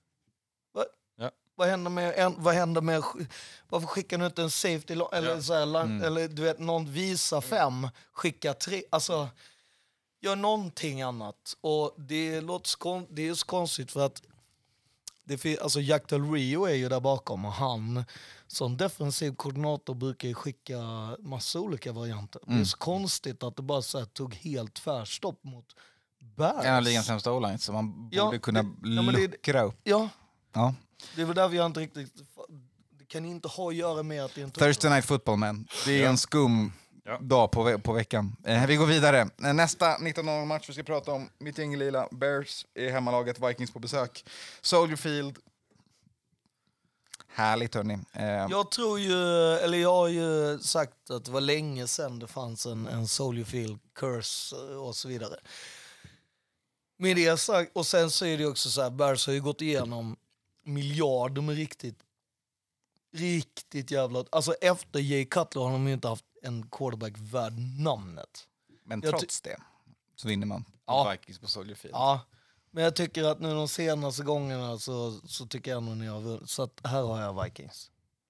Vad händer med varför skickar du inte en safety eller så här, eller du vet, någon visa 5, skicka 3, alltså gör någonting annat. Och det är så konstigt för att Alltså Jack Del Rio är ju där bakom och han som defensiv koordinator brukar ju skicka massa olika varianter. Det är så konstigt att det bara så här tog helt tvärstopp mot Bears. En av ligans sämsta O-lines som man borde kunna luckra upp. Ja, Ja. det är väl där vi har inte riktigt... Det kan inte ha att göra med att det är en Thursday Night Football, man. Det är en skum dag på veckan. Vi går vidare. Nästa 19-0-match vi ska prata om. Mitt gäng lila Bears är hemmalaget, Vikings på besök. Soldier Field. Härligt, hörni. Jag tror ju, eller jag har ju sagt att det var länge sedan det fanns en Soldier Field curse och så vidare. Med det sagt, och sen så är det också så här, Bears har ju gått igenom miljarder med riktigt jävla... Alltså efter Jay Cutler har de ju inte haft en quarterback värd namnet. Men trots det så vinner man Vikings på Soldier Field. Ja, men jag tycker att nu de senaste gångerna så tycker jag nog ni har vunnit. Så att här har jag Vikings.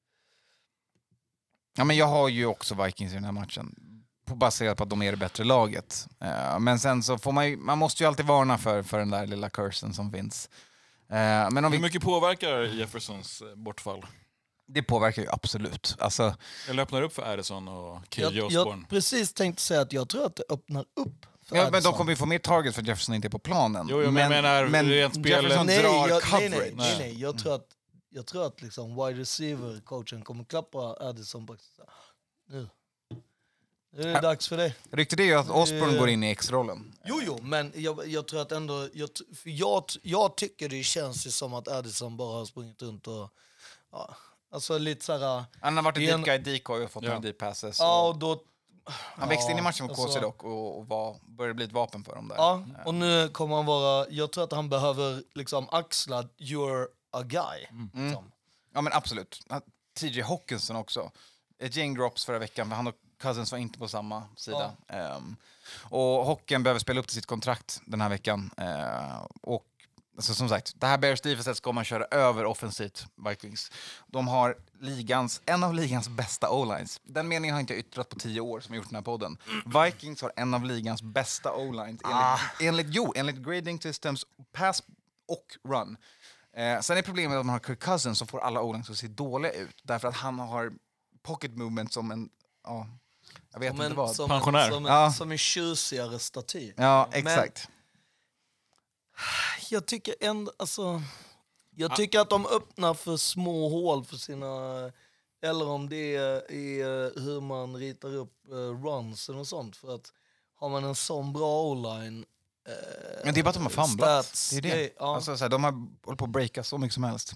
Ja, men jag har ju också Vikings i den här matchen. Baserat på att de är det bättre laget. Men sen så får man måste ju alltid varna för den där lilla cursen som finns. Men Hur mycket påverkar Jeffersons bortfall? Det påverkar ju absolut. Alltså, Eller öppnar upp för Addison och KJ Osborne? Jag precis tänkte säga att jag tror att det öppnar upp för men de kommer ju få mer target för att Jefferson inte är på planen. Jo, men jag menar rent spel. Jefferson drar coverage. Nej. Jag tror att liksom wide receiver-coachen kommer klappa Addison på. Nu är det dags för det. Ryktet är ju att Osborne går in i X-rollen. Jo, men jag tror att ändå... Jag tycker det känns ju som att Addison bara har sprungit runt och... Ja, alltså lite såhär... Han har varit en deep guy decoy och fått några deep passes. Ja, och då... Han växte in i matchen mot KC dock och började bli ett vapen för dem där. Ja, och nu kommer han vara... Jag tror att han behöver liksom axla you're a guy. Liksom. Ja, men absolut. TJ Hawkinson också. Ett gäng drops förra veckan, för han och Cousins var inte på samma sida. Och Hocken behöver spela upp till sitt kontrakt den här veckan. Och alltså, som sagt, det här Bears defense ska man köra över offensivt, Vikings. De har en av ligans bästa O-lines. Den meningen har inte jag yttrat på 10 år som jag gjort den här podden. Vikings har en av ligans bästa O-lines enligt grading systems, pass och run. Sen är problemet att man har Kirk Cousins som får alla O-lines att se dåliga ut. Därför att han har pocket movement som en... Ja, jag vet inte vad. Pensionär. Som en tjusigare staty. Ja, exakt. Men jag tycker ändå... Alltså, jag tycker att de öppnar för små hål för sina... Eller om det är hur man ritar upp runs och sånt. För att har man en sån bra O-line... Men det är bara att de har fumblat. Stats, det är det. Ja. Alltså, så här, de har hållit på att breaka så mycket som helst.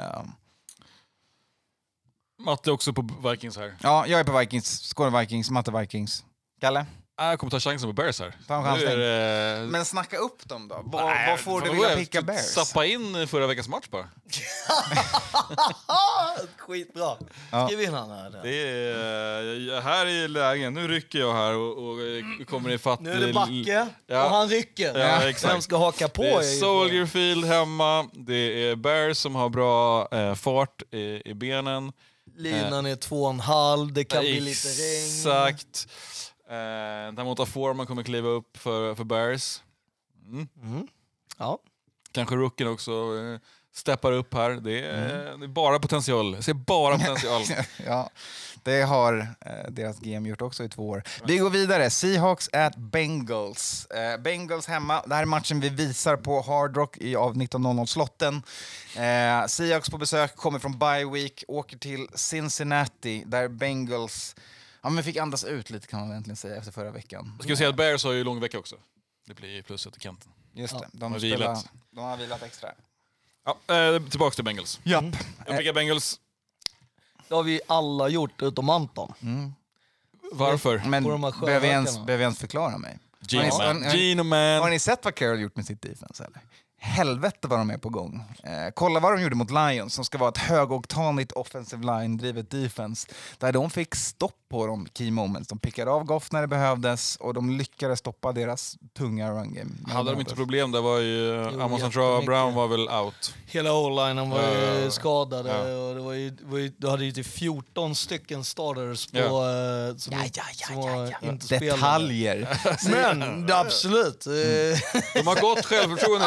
Matte också på Vikings här. Ja, jag är på Vikings. Skåne Vikings, Matte Vikings. Kalle? Jag kommer ta chansen på Bears här. Ta en chansning. Men snacka upp dem då. Vad får du vilja picka Bears? Sappa in förra veckans match bara. Skitbra. Skriv in han här. Det är, här i lägen. Nu rycker jag här och kommer i fatt. Nu är det Backe och han rycker. Ja, exakt. Vem ska haka på? Det är Soldier Field hemma. Det är Bears som har bra fart i benen. Linan är 2,5. Det kan bli lite regn. Exakt. Däremot att Foreman kommer kliva upp för Bears. Ja. Kanske rookien också steppar upp här. Det är bara potential. Jag ser bara potential. Ja, det har deras GM gjort också i 2 år. Vi går vidare. Seahawks at Bengals. Bengals hemma. Det här är matchen vi visar på Hard Rock av 19:00-slotten. Seahawks på besök, kommer från bye week, åker till Cincinnati där Bengals... Ja, men fick andas ut lite kan man egentligen säga efter förra veckan. Ska vi säga att Bears har ju lång vecka också. Det blir pluset i kanten. Just det. De har vilat extra. Ja, tillbaka till Bengals. Japp. Jag pickar Bengals. Det har vi alla gjort utom Anton. Varför? Men behöver jag ens förklara mig? Gino man. Har ni sett vad Carroll gjort med sitt defense eller? Helvete vad de är på gång. Kolla vad de gjorde mot Lions som ska vara ett högoktanigt offensive line-drivet defense. Där de fick stopp på de key moments. De pickade av Goff när det behövdes och de lyckades stoppa deras tunga run game. Hade de inte problem? Det var ju Amazon Brown var väl out. Hela O-linen var ju skadade och det var ju, du hade ju 14 stycken starters på som inte spelade. Detaljer. Men absolut. De har gott självförtroende i alla fall.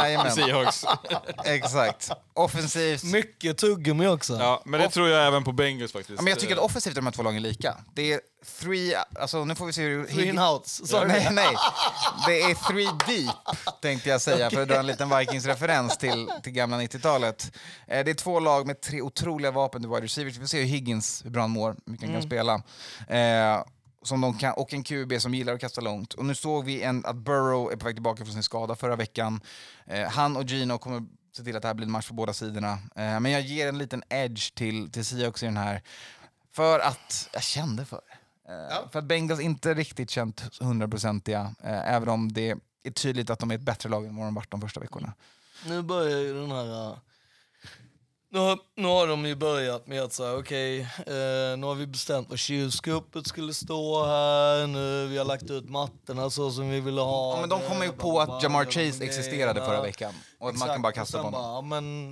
Jajamän. Seahawks. Exakt. Offensivt. Mycket tuggummi också. Ja, men det tror jag även på Bengals faktiskt. Ja, men jag tycker att offensivt är de här två lagen lika. Det är alltså nu får vi se hur... Three and outs. Sorry. Nej. Det är 3 deep, tänkte jag säga, för att dra en liten Vikings-referens till gamla 90-talet. Det är 2 lag med 3 otroliga vapen till wide receivers. Vi får se hur Higgins, hur bra han mår, hur mycket han kan spela. Som de kan, och en QB som gillar att kasta långt. Och nu såg vi att Burrow är på väg tillbaka från sin skada förra veckan. Han och Gino kommer se till att det här blir en match på båda sidorna. Men jag ger en liten edge till Seahawks i den här. För att jag kände för det. För att Bengals inte riktigt känt 100%iga. Även om det är tydligt att de är ett bättre lag än vad de varit de första veckorna. Nu börjar ju den här... Nu har de ju börjat med att säga okej, nu har vi bestämt vad kylskåpet skulle stå här, nu vi har lagt ut mattorna så som vi ville ha. Ja, men de kom ju på att Jamar Chase existerade förra veckan. Och att man kan bara kasta på honom.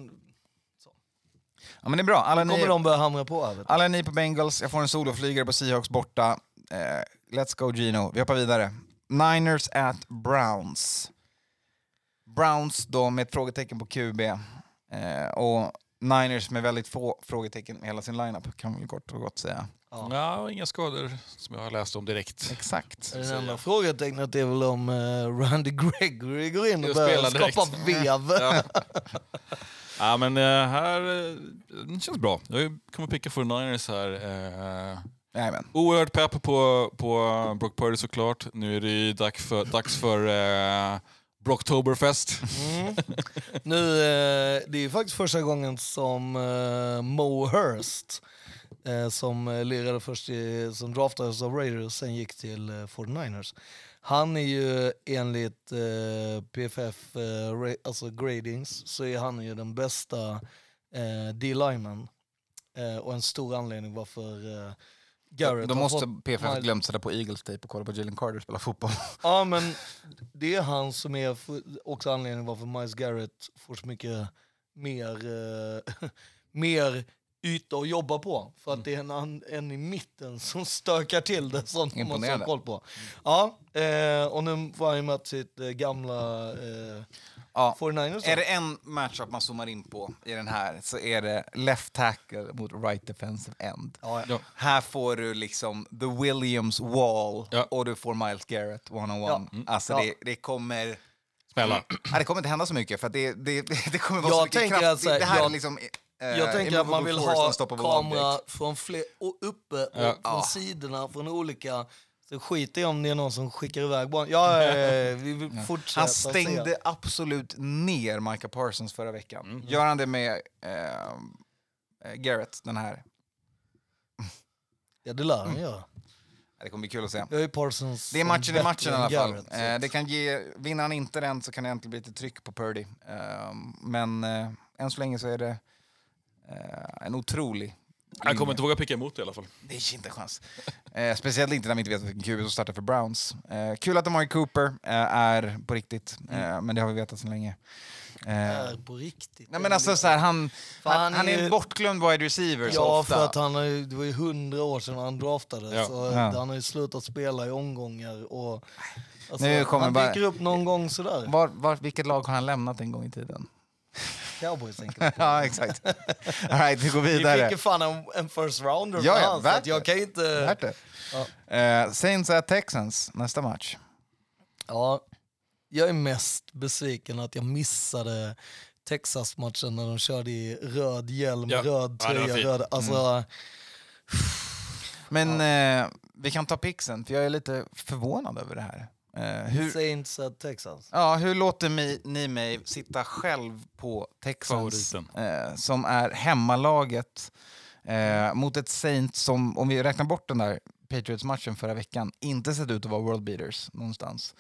Ja, men det är bra. Kommer de börja hamra på här? Alla är ni på Bengals. Jag får en soloflygare på Seahawks borta. Let's go Gino. Vi hoppar vidare. Niners at Browns. Browns då med ett frågetecken på QB. Och Niners med väldigt få frågetecken i hela sin lineup, kan man kort och gott säga. Ja, inga skador som jag har läst om direkt. Exakt. Det enda frågetecknet är väl om Randy Gregory går in och börjar skapa vev. Ja, men här det känns bra. Jag kommer picka för Niners här. Oerhört pepp på Brock Purdy såklart. Nu är det dags för Brocktoberfest. Nu, det är faktiskt första gången som Mo Hurst, som lirade först som draftades av Raiders, sen gick till 49ers. Han är ju enligt PFF, alltså gradings, så är han ju den bästa D-lineman. Och en stor anledning varför Garrett då måste PFF glömt sätta på Eagles tape och kolla på Jalen Carter spela fotboll. Ja, men det är han som är också anledningen varför Myles Garrett får så mycket mer yta att jobba på. För att det är en i mitten som stökar till det, som man måste ha koll på. Ja, och nu var han med sitt gamla 49ers. Är det en matchup man zoomar in på i den här, så är det left tackle mot right defensive end. Ja. Här får du liksom the Williams wall och du får Myles Garrett one-on-one. Alltså det kommer... Smälla. Det kommer inte hända så mycket, för att det kommer vara så mycket kraft. Det här är liksom... Jag tänker att man vill ha kamera från uppe och från sidorna, från olika... Så skiter jag om det är någon som skickar iväg barn. Vi vill fortsätta. Han stängde absolut ner Micah Parsons förra veckan. Gör han det med Garrett, den här? Ja, det lär han göra. Det kommer bli kul att se. Jag är Parsons. Det är matchen i matchen i alla fall. Garrett, det kan vinner han inte den så kan det egentligen bli lite tryck på Purdy. Men än så länge så är det en otrolig... Jag kommer inte våga picka emot det i alla fall. Det är inte en chans. Speciellt inte när vi inte vet vilken QB som startar för Browns. Kul att Amari Cooper är på riktigt, men det har vi vetat så länge. Är på riktigt? Nej, men alltså, så här, han är en bortglömd wide receiver så ofta. För att det var ju 100 år sedan han draftade, så han har ju slutat spela i omgångar. Och, alltså, nu kommer han dyker upp någon gång sådär. Vilket lag har han lämnat en gång i tiden? Cowboys enkelt. Ja, exakt. All right, vi går vidare. Vi fick ju fan en first rounder för han, så att jag kan inte... Saints at Texans, nästa match. Ja, jag är mest besviken att jag missade Texas-matchen när de körde i röd hjälm, röd tröja, röd... Alltså... Men vi kan ta pixen, för jag är lite förvånad över det här. Saints at Texans. Ja, hur låter ni mig sitta själv på Texans som är hemmalaget mot ett Saints som, om vi räknar bort den där Patriots-matchen förra veckan, inte sett ut att vara world beaters någonstans.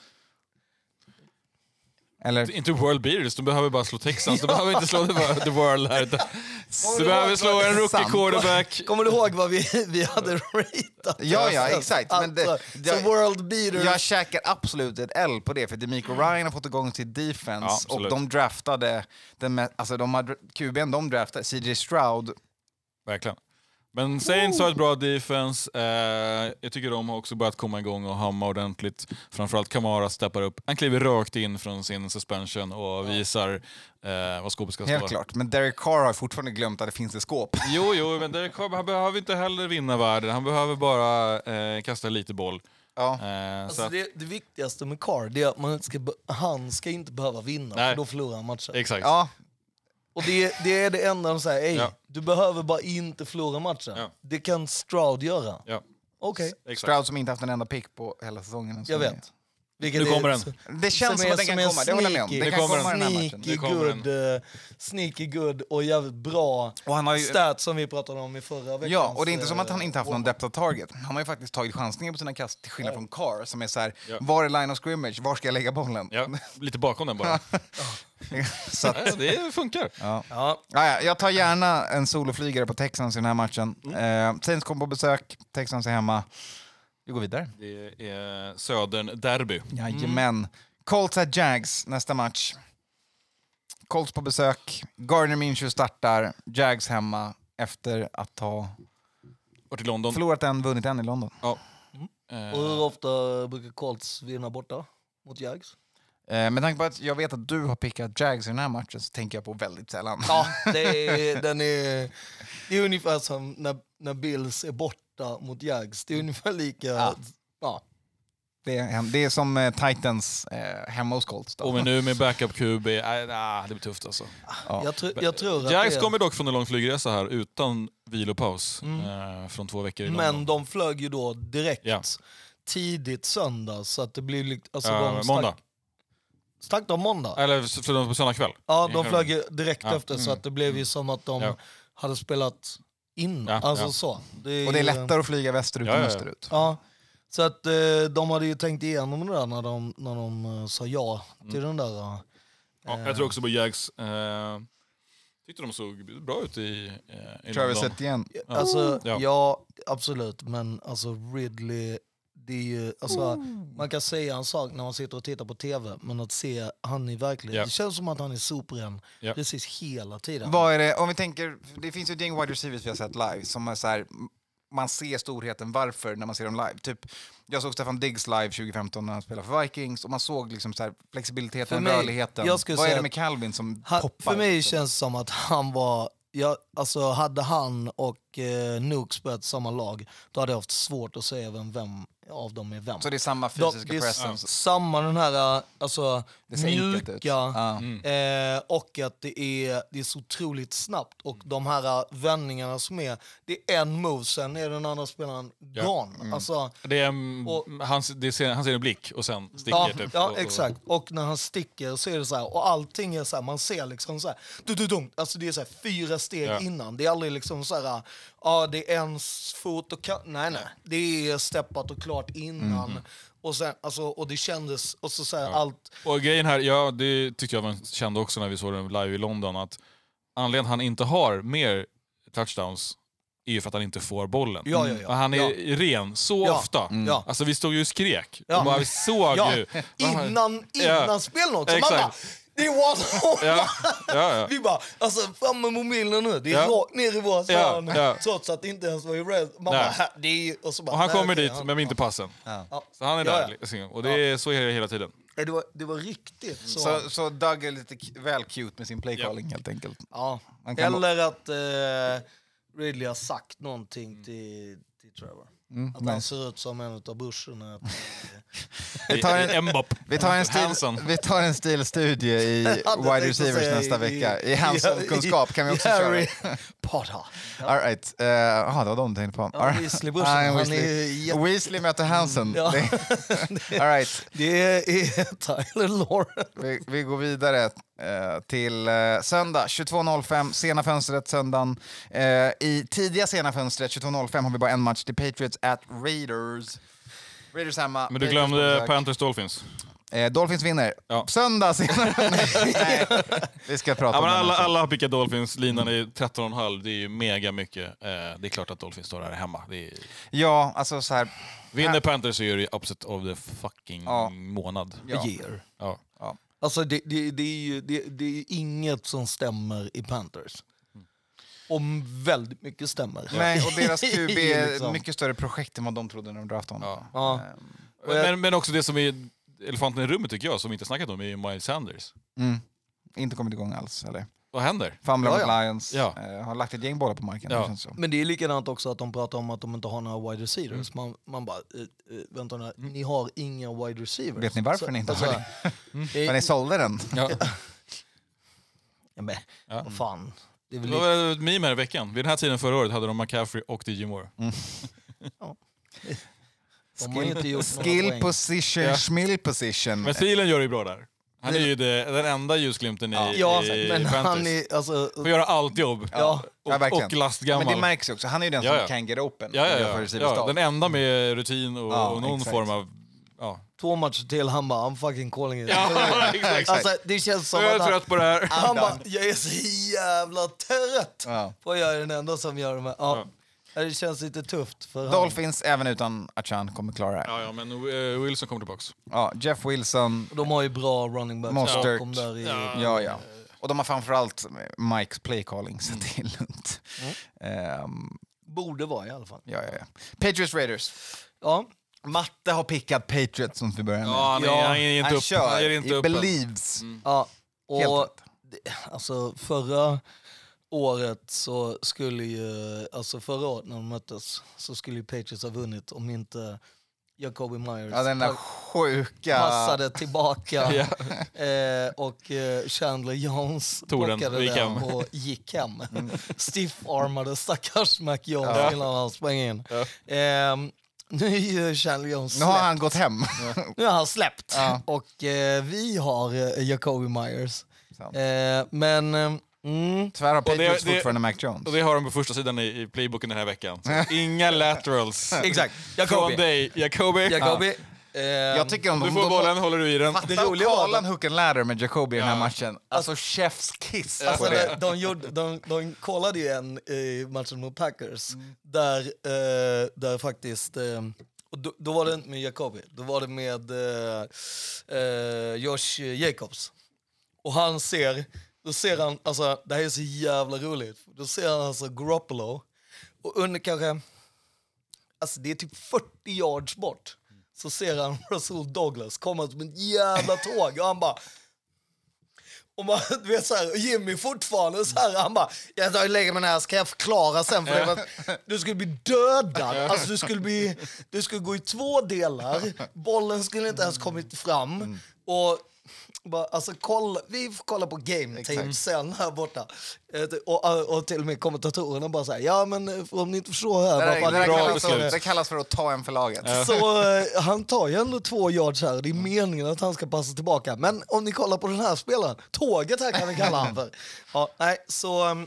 Eller? Inte world beaters, de behöver bara slå Texans. De behöver inte slå the world här. Du behöver slå en rookie quarterback. Kommer du ihåg vad vi hade ratat? Ja, exakt. Men så world beaters. Jag käkar absolut ett L på det, för DeMeco Ryan har fått igång sitt defense och de draftade QB:n de draftade, CJ Stroud. Verkligen. Men Saints har ett bra defense. Jag tycker de har också börjat komma igång och hamma ordentligt. Framförallt Kamara steppar upp. Han kliver rakt in från sin suspension och visar vad skåpet ska stå. Helt klart, men Derek Carr har fortfarande glömt att det finns ett skåp. Jo, men Derek Carr, han behöver inte heller vinna världen. Han behöver bara kasta lite boll. Ja. Alltså det viktigaste med Carr det är att han ska inte behöva vinna, för då förlorar han matchen. Exakt. Ja. Och det är det enda de säger, du behöver bara inte förlora matchen. Ja. Det kan Stroud göra. Ja. Okej. Stroud som inte haft en enda pick på hela säsongen. Jag vet. Nu kommer den. Det känns som att den kan komma, det håller jag med om. Det kan komma den här matchen. Sneaky good och jävligt bra Och han har ju, stats som vi pratade om i förra veckan. ja, och det är inte som att han inte haft någon depth of target. Han har ju faktiskt tagit chansningar på sina kast till skillnad från Carr som är så här, var är line of scrimmage, var ska jag lägga bollen? Ja, lite bakom den bara. Så att, Det funkar. ja, jag tar gärna en soloflygare på Texans i den här matchen. Saints kommer på besök, Texans är hemma. Vi går vidare. Det är Södern derby. Jajamän. Colts at Jags nästa match. Colts på besök. Gardner Minshew startar. Jags hemma efter att ha Och till London. förlorat en, vunnit en i London. Ja. Och hur ofta brukar Colts vinna borta mot Jags? Med tanke på att jag vet att du har pickat Jags i den här matchen så tänker jag på väldigt sällan. Ja, det är ungefär som när Bills är borta mot Jags. Det är ungefär lika... Ja. Det är som Titans hemma hos Colts. Då. Och men nu med backup QB, det blir tufft alltså. Ja. Jag tror att Jags kommer dock från en lång flygresa här utan vilopaus från 2 veckor i London. Men de flög ju då direkt tidigt söndag så att det blir... Alltså måndag. Stack de måndag? Eller för på söndag kväll. Ja, de flög direkt efter så att det blev ju som att de hade spelat innan. Så. Och det är lättare att flyga västerut än österut. Ja, så att de hade ju tänkt igenom det där när de sa ja till den där. Ja, jag tror också på Jags. Tyckte de såg bra ut i Travis London. igen. Alltså, ja, absolut. Men alltså Ridley, det är ju, alltså, man kan säga en sak när man sitter och tittar på tv, men att se han i verkligheten, det känns som att han är sopren precis hela tiden. Vad är det, om vi tänker, det finns ju ett gäng wide receivers vi har sett live som är så här, man ser storheten varför när man ser dem live. Typ, jag såg Stefan Diggs live 2015 när han spelade för Vikings och man såg liksom så här flexibiliteten, rörligheten. Vad är det med Calvin som poppar? För mig känns det som att han var... alltså hade han och Nuke spelat samma lag, då hade jag haft svårt att säga vem av dem är vem. Så det är samma fysiska presence? Samma den här alltså, mjuka och att det är så otroligt snabbt. Och de här vändningarna som är, det är en move, sen är den andra spelaren gone. Alltså, det är, han ser en blick och sen sticker typ. Ja, exakt. Och när han sticker så är det så här, och allting är så här, man ser liksom så här, alltså det är så här 4 steg innan. Det är aldrig liksom så här, det är en fot och nej. Det är steppat och klart innan. Och sen, alltså, och det kändes, och så här, allt. Och grejen här, det tyckte jag man kände också när vi såg den live i London, att anledningen han inte har mer touchdowns är ju för att han inte får bollen. Och han är ren så ofta. Alltså vi stod ju och skrek. Och bara, vi såg ju. Innan spelen också. Exakt. Man bara, det var vi bara, alltså fram med mobilen nu. Det är rakt ner i våra hörn. Trots att det inte ens var i red. Man bara, det är, och så bara, och han kommer dit men inte passen. Så han är där. Och det är så hela tiden. Det var riktigt så Doug är lite väl cute med sin playcalling helt enkelt. Ja. Eller att Ridley har sagt någonting till Trevor. Att han ser ut som en av Busherna. Vi tar en stilstudie i wide receivers nästa vecka. I hands-on-kunskap kan vi också köra. Potter. All right. Det var de tänkte på. Weasley Busher. Weasley möter Hansen. All right. Det är Tyler Loren. Vi går vidare till söndag 22.05, sena fönstret söndagen. I tidiga sena fönstret 22.05 har vi bara en match till Patriots at Raiders. Raiders hemma. Men du glömde Panthers Dolphins. Dolphins vinner. Söndag senare. Nej, vi ska prata om men alla har pickat Dolphins. Linan är 13,5. Det är ju mega mycket. Det är klart att Dolphins står här hemma. Ja, alltså så här. Vinner Panthers så gör det upset of the fucking månad. Year. Alltså det är inget som stämmer i Panthers. om väldigt mycket stämmer. Nej, och deras QB är Liksom. mycket större projekt än vad de trodde när de draftade honom. Ja. Men också det som är elefanten i rummet tycker jag, som vi inte snackat om, är ju Miles Sanders. Inte kommit igång alls, eller? Vad händer? Famlar mot Ja. Lions, Ja. har lagt ett gäng bollar på marken. Ja. Det känns så. Men det är likadant också att de pratar om att de inte har några wide receivers. Man bara, vänta nu, ni har inga wide receivers. Vet ni varför ni inte har det? För ni sålde den. Ja. Ja, men, Ja. vad fan. Det är väl Det var ett meme här i veckan. Vid den här tiden förra året hade de McCaffrey och DJ Moore. de har inte gjort några Skill poäng. position, Ja. schmill position. Men Thielen gör det ju bra där. Han är ju den enda ljusglimten i Ja, i men Panthers. han är alltså... Får göra allt jobb. Ja. Ja, verkligen. Och lastgammal. Men det märks ju också. Han är ju den Ja, som ja. kan get open. Ja, den enda med rutin och, Ja, och någon exakt. form av... Ja, 2 matcher till, han bara, I'm fucking calling it. exakt. Alltså, det känns som Jag är att han, trött på det här. han bara, jag är så jävla trött Ja. på att jag är den enda som gör det. Med. Ja. Det känns lite tufft för han. Dolphins, även utan Achan, kommer klara det här. Ja, men Wilson kommer tillbaks. Ja, Jeff Wilson, De har ju bra running backs Mostert. bakom där i... ja. Och de har framförallt Mikes play calling, så det är lugnt. Borde vara i alla fall. Ja. Patriots Raiders. Ja. Matte har pickat Patriots som vi börjar med. Ja, han är inte han upp. kör. Han ger inte He upp än. believes. Ja, Helt och rätt. alltså förra året så skulle ju, alltså förra året när de möttes så skulle ju Patriots ha vunnit om inte Jacoby Myers Ja, den där sjuka... passade tillbaka Ja. och Chandler Jones Tog den, plockade gick den hem. och gick hem. Stiff-armade stackars Mac Jones innan han sprang in. Nu är ju Chandler Jones Nu har släppt. han gått hem. Nu har han släppt. Ja. Och vi har Jacoby Myers. Sant. Men... Tyvärr har Patriots det- fortfarande Mac Jones. Och det har de på första sidan i playbooken den här veckan. Så inga laterals. Exakt. Från dig, Jacoby. Jacoby. Jag tycker om Du får bollen, håller du i den. Det roliga roliga var var att- en hook and ladder med Jacoby i den här matchen. Alltså chefs kiss Alltså, på det. de kollade ju en i matchen mot Packers där faktiskt... Och då var det inte med Jacoby, då var det med Josh Jacobs. Och han då ser han, alltså det här är så jävla roligt, då ser han alltså Garoppolo och under kanske, alltså det är typ 40 yards bort, så ser han Rasul Douglas komma som ett jävla tåg och han bara... Och man, du vet så här, och Jimmy fortfarande så här, han bara, jag lägger mig ner, ska jag förklara sen för det var, du skulle bli dödad, alltså du skulle gå i 2 delar, bollen skulle inte ens kommit fram och bara, alltså vi får kolla på game tape sen här borta och till och med kommentatorerna bara säger ja men om ni inte förstår här Det kallas för att ta en för laget. så han tar ju ändå 2 yards här. Det är meningen att han ska passa tillbaka. Men om ni kollar på den här spelaren, tåget här kan vi kalla han för. Ja, nej, så...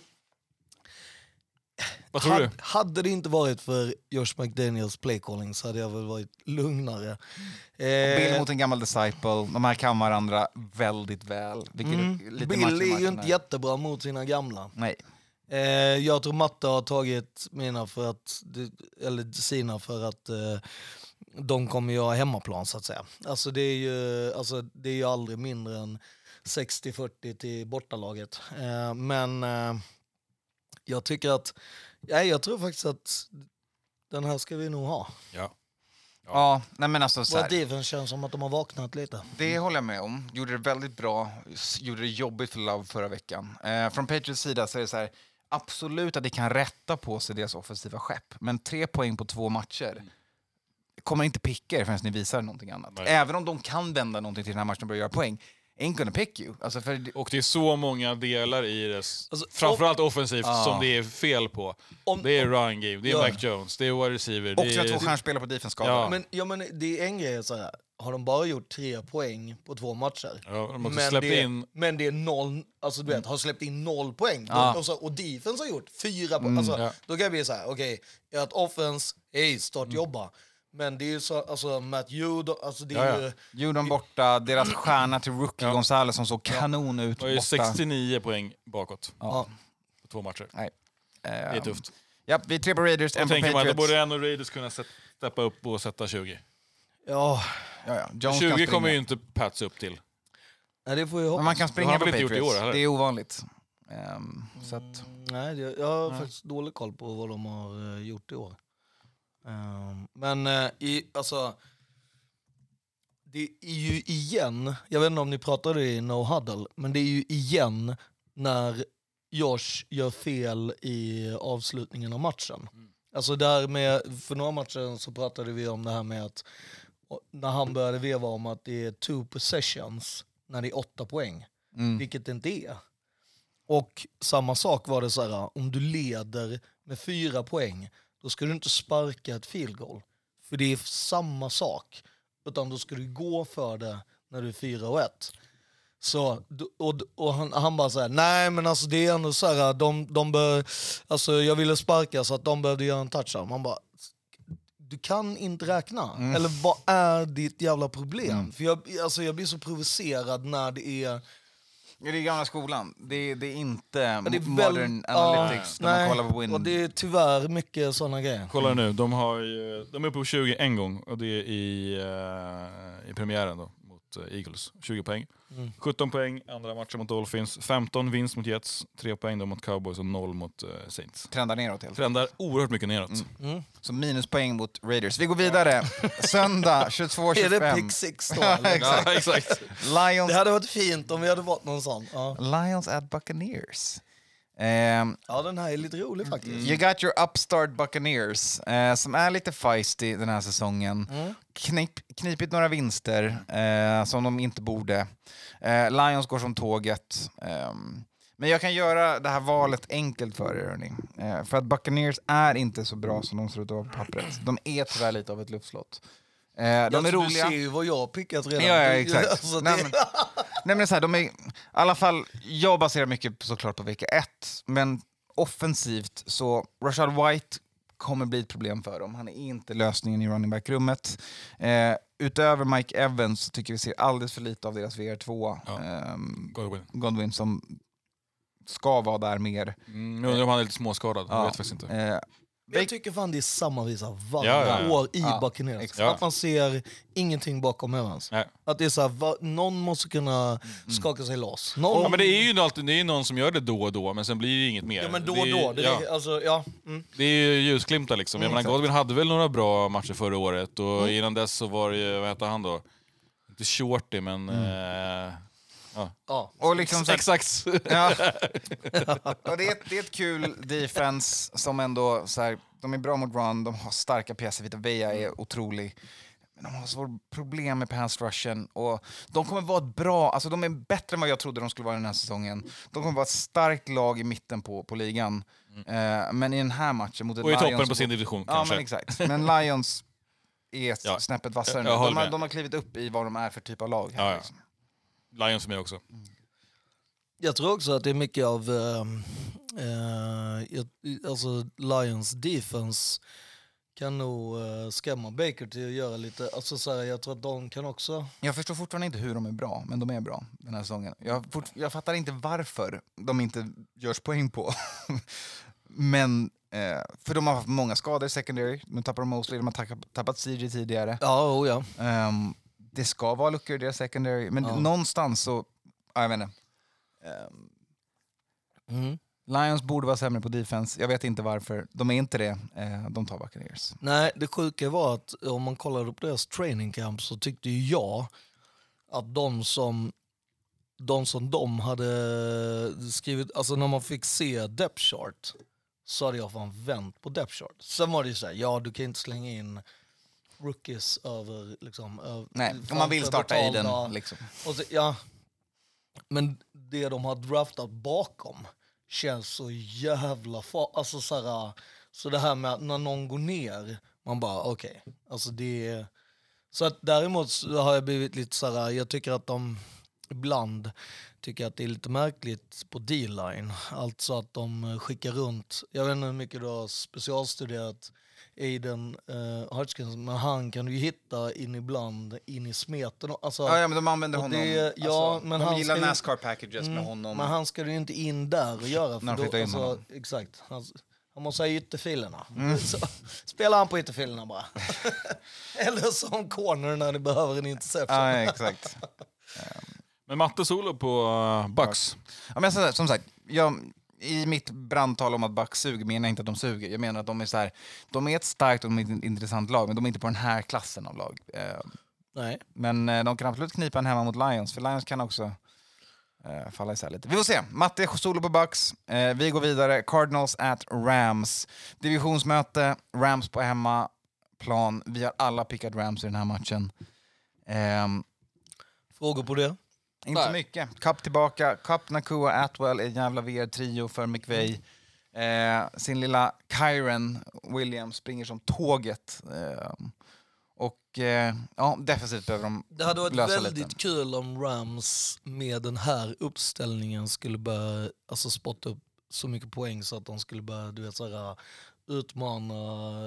Vad tror du? Hade det inte varit för Josh McDaniels playcalling så hade jag väl varit lugnare. Bill mot en gammal disciple. De här kan varandra väldigt väl. Lite match i Bill är ju matchen inte här. jättebra mot sina gamla. Nej. Jag tror Matte har tagit mina för att, eller sina för att de kommer ju ha hemmaplan så att säga. Alltså det är ju aldrig mindre än 60-40 till bortalaget. Men jag tycker att, jag tror faktiskt att den här ska vi nog ha. Ja, nej men alltså så Våra här. defense känns som att de har vaknat lite. Det håller jag med om. Gjorde det väldigt bra. Gjorde det jobbigt för Love förra veckan. Från Patriots sida så är det så här, absolut att det kan rätta på sig deras offensiva skepp. Men 3 poäng på 2 matcher kommer inte picka er förrän ni visar någonting annat. Nej. Även om de kan vända någonting till den här matchen och börja göra poäng. Ain't gonna pick you. Alltså för, Och det är så många delar i det, Alltså, framförallt offensivt, som det är fel på. Det är run game, det är Ja. Mac Jones, det är wide receiver. och det sina är, 2 stjärnspelare på defense skadade. Ja. Men det är en grej så här. Har de bara gjort 3 poäng på 2 matcher? Ja, de har också släppt in... Men det är 0, alltså du vet, har släppt in 0 poäng. Ja. Och defense har gjort 4 poäng. Alltså, ja. då kan det bli så här, okej, ert offense, start jobba. Men det är ju så, alltså Matt Judon, alltså det är ju... Judon borta, deras stjärna till rookie Gonzales som såg kanon ut Det var ju borta. 69 poäng bakåt Ja. på 2 matcher. Nej. Det är tufft. Ja, vi är 3 på Raiders, en Jag på tänker mig att Patriots. borde ändå Raiders kunna steppa upp och sätta 20. Ja, Ja. Jones 20 kan kommer springa. ju inte Pats upp till. nej, det får ju Men hoppas. man kan Det springa har på han väl inte gjort i Patriots. år, eller? Det är ovanligt. Så att, Nej, jag har faktiskt dålig koll på vad de har gjort i år. Men alltså, det är ju igen, jag vet inte om ni pratade i No Huddle, men det är ju igen när Josh gör fel i avslutningen av matchen. Alltså där med, för några matcher så pratade vi om det här med att när han började veva om att det är 2 possessions när det är 8 poäng, vilket det inte är. Och samma sak var det så här, om du leder med 4 poäng, då ska du inte sparka ett field goal. För det är samma sak. Utan då ska du gå för det när du är 4-1. Så, och han bara säger nej men alltså det är ändå så här, de bör, alltså jag ville sparka så att de behövde göra en touchdown. Man bara, du kan inte räkna. Eller vad är ditt jävla problem? För jag blir så provocerad när det är... Det är gamla skolan. Det är inte det är modern analytics när man kollar på win. Och det är tyvärr mycket sådana grejer. Kolla nu, de är uppe på 20 en gång och det är i premiären då mot Eagles. 20 poäng. 17 poäng andra matchen mot Dolphins, 15 vinst mot Jets, 3 poäng då mot Cowboys och 0 mot Saints. Trendar neråt helt. Trendar oerhört mycket neråt. Så minuspoäng mot Raiders. Vi går vidare. Söndag 22-25. Är det pick 6 då? Eller? Ja, exakt. Lions, Det hade varit fint om vi hade fått någon sån. Ja, Lions at Buccaneers. ja den här är lite rolig faktiskt. You got your upstart Buccaneers som är lite feisty den här säsongen. Knipit några vinster som de inte borde. Lions går som tåget. Men jag kan göra det här valet enkelt för er, hörni. För att Buccaneers är inte så bra som de ser ut att vara på pappret. De är tyvärr lite av ett luftslott. De är roliga. Du ser ju vad jag har pickat redan. Ja, exakt. Alltså, Nej, men så här, de är, i alla fall, jag baserar mycket såklart på vecka 1, men offensivt så Rashad White kommer bli ett problem för dem. Han är inte lösningen i running back-rummet. Utöver Mike Evans så tycker vi ser alldeles för lite av deras VR2. Godwin som ska vara där mer. Nu undrar om han är lite småskadad. Jag vet faktiskt inte. jag tycker fan det är samma visa varje år i Buccaneers. Att man ser ingenting bakom Evans. Att det är så här, någon måste kunna skaka sig loss. Någon... Ja, men det är ju alltid, det är någon som gör det då och då, men sen blir det inget mer. Ja, men då och då. Det är ju ljusglimtar liksom. Jag menar, Godwin hade väl några bra matcher förra året och innan dess så var det ju, vad heter han då? Inte Shorty, men... Ja. Och liksom så här, exakt. Ja. Och det är ett kul defense som ändå så här, de är bra mot run, de har starka pjäser, Vita Vea är otrolig. Men de har så problem med pass rushen och de kommer vara ett bra, alltså de är bättre än vad jag trodde de skulle vara den här säsongen. De kommer vara ett starkt lag i mitten på ligan. Men i den här matchen mot ett Lions... Och i toppen Lions på sin division ja, kanske. Men exakt. Men Lions är snäppet vassare nu. De har klivit upp i vad de är för typ av lag här, liksom. Lions för mig också. Jag tror också att det är mycket av alltså Lions defense kan nog skrämma Baker till att göra lite, alltså så här, jag tror att de kan också... Jag förstår fortfarande inte hur de är bra, men de är bra den här säsongen. Jag fattar inte varför de inte görs poäng på. Men, för de har haft många skador i secondary, nu tappar de Mosley, de har tappat CJ tidigare. Ja. Det ska vara luckor i deras secondary, men någonstans så, jag vet inte. Lions borde vara sämre på defense. Jag vet inte varför. De är inte det. De tar Buccaneers. Nej, det sjuka var att om man kollade på deras training camp så tyckte ju jag att de som de hade skrivit, alltså när man fick se depth chart så hade jag fan vänt på depth chart. Sen var det ju så här, du kan inte slänga in rookies över liksom... Nej, om man vill starta i den liksom. Och så, men det de har draftat bakom känns så jävla alltså så det här med att när någon går ner, man bara okej. Alltså det... Så att däremot så har jag blivit lite så här, jag tycker att de ibland tycker att det är lite märkligt på D-line. Alltså att de skickar runt, jag vet inte hur mycket du har specialstuderat Aiden Hutchins, men han kan du ju hitta in i smeten. Alltså, ja, men de använder honom. Men de han gillar NASCAR packages med honom. Men han ska ju inte in där och göra. När de flyttar in honom. Exakt. Han måste ha ytterfilerna. Så spelar han på ytterfilerna bara. Eller som corner när ni behöver en interception. Ja, exakt. Men Matte Solo på Bucks. Ja, men som sagt, I mitt brandtal om att Bucks suger menar jag inte att de suger. Jag menar att de är så här, de är ett starkt och intressant lag, men de är inte på den här klassen av lag. Nej. Men de kan absolut knipa en hemma mot Lions, för Lions kan också falla isär lite. Vi får se. Matte solo på Bucks. Vi går vidare. Cardinals at Rams. Divisionsmöte. Rams på hemmaplan. Vi har alla pickat Rams i den här matchen. Frågor på det? Inte så mycket. Cup tillbaka. Cup, Nakua, Atwell, en jävla VR-trio för McVay. Sin lilla Kyren Williams springer som tåget. Defensivt behöver de Det hade varit lösa väldigt lite. kul om Rams med den här uppställningen skulle börja spotta upp så mycket poäng så att de skulle börja utmana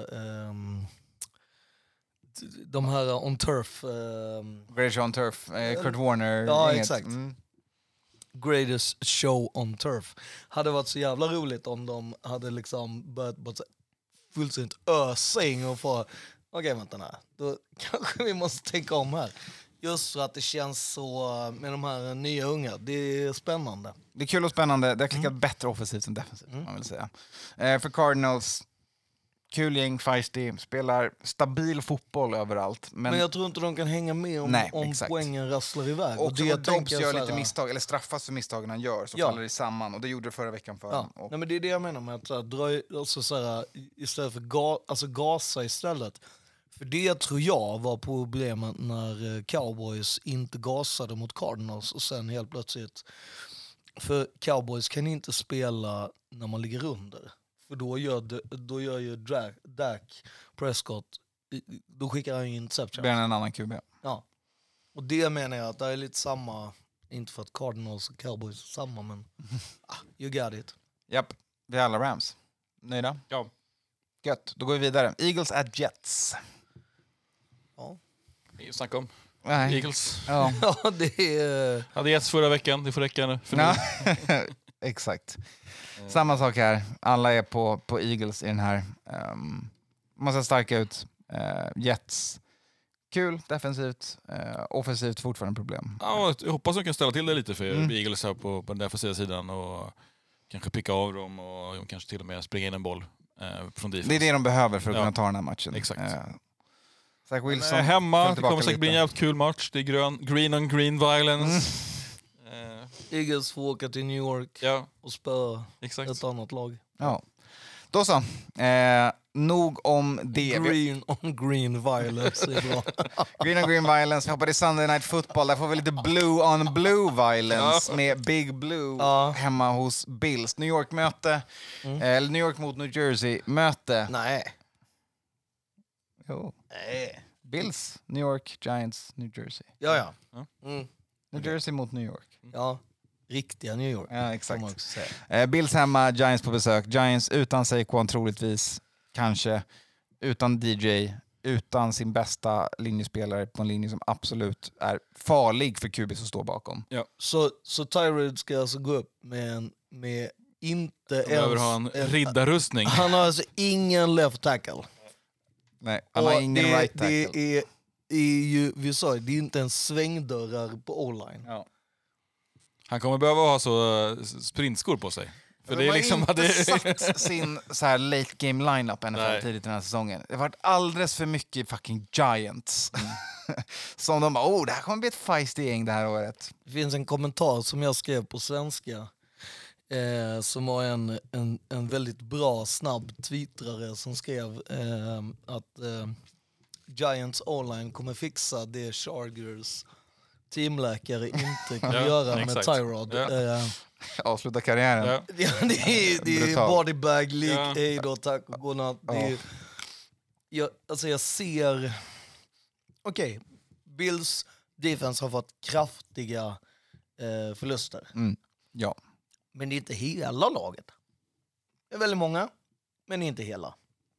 de här on turf. Greatest on turf. Kurt Warner. Ja, inget. exakt. Greatest show on turf. Hade varit så jävla roligt om de hade liksom börjat bara fullständigt ösa in och få okej, vänta här. Då kanske vi måste tänka om här. Just för att det känns så med de här nya unga. Det är spännande. Det är kul och spännande. Det har klickat bättre offensivt än defensivt, man vill säga. För Cardinals, kul gäng, feisty, spelar stabil fotboll överallt. Men jag tror inte de kan hänga med om poängen rasslar iväg. Och det Dobbs gör lite misstag, eller straffas för misstagen han gör, så faller det samman. Och det gjorde det förra veckan för honom. Nej, men det är det jag menar med att istället för gasa istället. För det tror jag var problemet när Cowboys inte gasade mot Cardinals och sen helt plötsligt. För Cowboys kan inte spela när man ligger under. För då gör ju Dak Prescott, då skickar han ju interception. Det blir en annan QB. Ja. Och det menar jag att det är lite samma, inte för att Cardinals och Cowboys är samma, men you got it. Japp, vi är alla Rams. Nöjda? Ja. Gött, då går vi vidare. Eagles at Jets. Ja. Inget snack om. Nej. Eagles. Ja. Ja, det är... Hade getts förra veckan, det får räcka nu. Ja. Exakt. Samma sak här. Alla är på Eagles i den här. Man ser starka ut. Jets. Kul, defensivt. Offensivt fortfarande problem. Ja, jag hoppas de kan ställa till det lite för Eagles här på den defensiva sidan och kanske picka av dem och kanske till och med springa in en boll från defense. Det är det de behöver för att kunna ta den här matchen. Exakt. Zach Wilson hemma, det kommer säkert bli en jävligt kul match. Det är green on green violence. Eagles får åka till New York och spöa ett annat lag. Ja. Då så. Nog om det. Green on green violence är bra. Green on green violence. Vi hoppar till Sunday Night Football. Där får vi lite blue on blue violence med Big Blue hemma hos Bills. New York-möte. Eller New York mot New Jersey-möte. Nej. Jo. Bills, New York, Giants, New Jersey. Ja. New Jersey mot New York. Ja, riktiga New York. Ja, exakt. Bills hemma, Giants på besök. Giants utan Saquon troligtvis, kanske. Utan DJ, utan sin bästa linjespelare på en linje som absolut är farlig för QB som står bakom. Ja. Så Tyrod ska alltså gå upp med inte ens... behöver ha en riddarrustning. Han har alltså ingen left tackle. Nej, han har ingen right tackle. Det är ju, vi sa det är inte ens svängdörrar på O-line. Ja. Han kommer behöva ha så sprintskor på sig. För det är liksom att det satt sin så här late game lineup NFL tidigt den här säsongen. Det har varit alldeles för mycket fucking Giants. Som de bara, det här kommer bli ett feisty gäng det här året. Det finns en kommentar som jag skrev på svenska. Som var en väldigt bra, snabb twittrare som skrev att Giants O-line kommer fixa det Chargers teamläkare inte kan göra med Tyrod. Avsluta karriären. Det är bodybag, leak, då tack och godnatt. Jag ser... Okej, Bills defense har fått kraftiga förluster. Ja. Men det är inte hela laget. Det är väldigt många, men inte hela.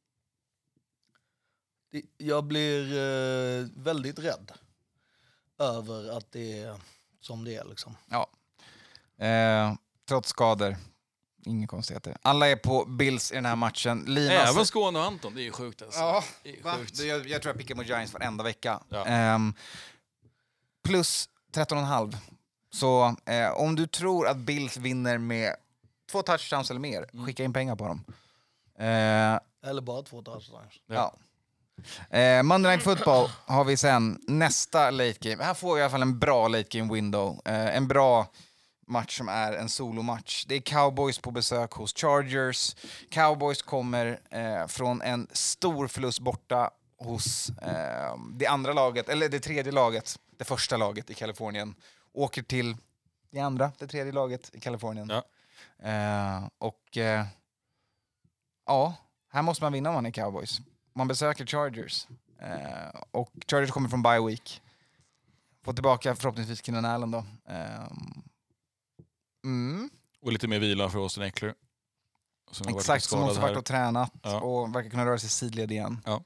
Jag blir väldigt rädd över att det är som det är. Liksom. Ja. Trots skador, inga konstigheter. Alla är på Bills i den här matchen. Även Skåne och Anton, det är sjukt alltså. Ja, det är sjukt. jag tror jag pickar mot Giants varenda vecka. Ja. Plus 13,5. Så om du tror att Bills vinner med 2 touchdowns eller mer. Skicka in pengar på dem. Eller bara 2 touchdowns. Ja. Monday Night Football har vi sen. Nästa late game. Här får vi i alla fall en bra late game window. En bra match som är en solomatch. Det är Cowboys på besök hos Chargers. Cowboys kommer från en stor förlust borta hos det andra laget, eller det tredje laget, det första laget i Kalifornien. Åker till det tredje laget i Kalifornien. Ja. Ja, här måste man vinna om man är Cowboys. Man besöker Chargers. Och Chargers kommer från bye week. Får tillbaka förhoppningsvis Keenan Allen då. Och lite mer vila för Austin Eckler. Exakt, som också varit och tränat och verkar kunna röra sig sidled igen. Ja.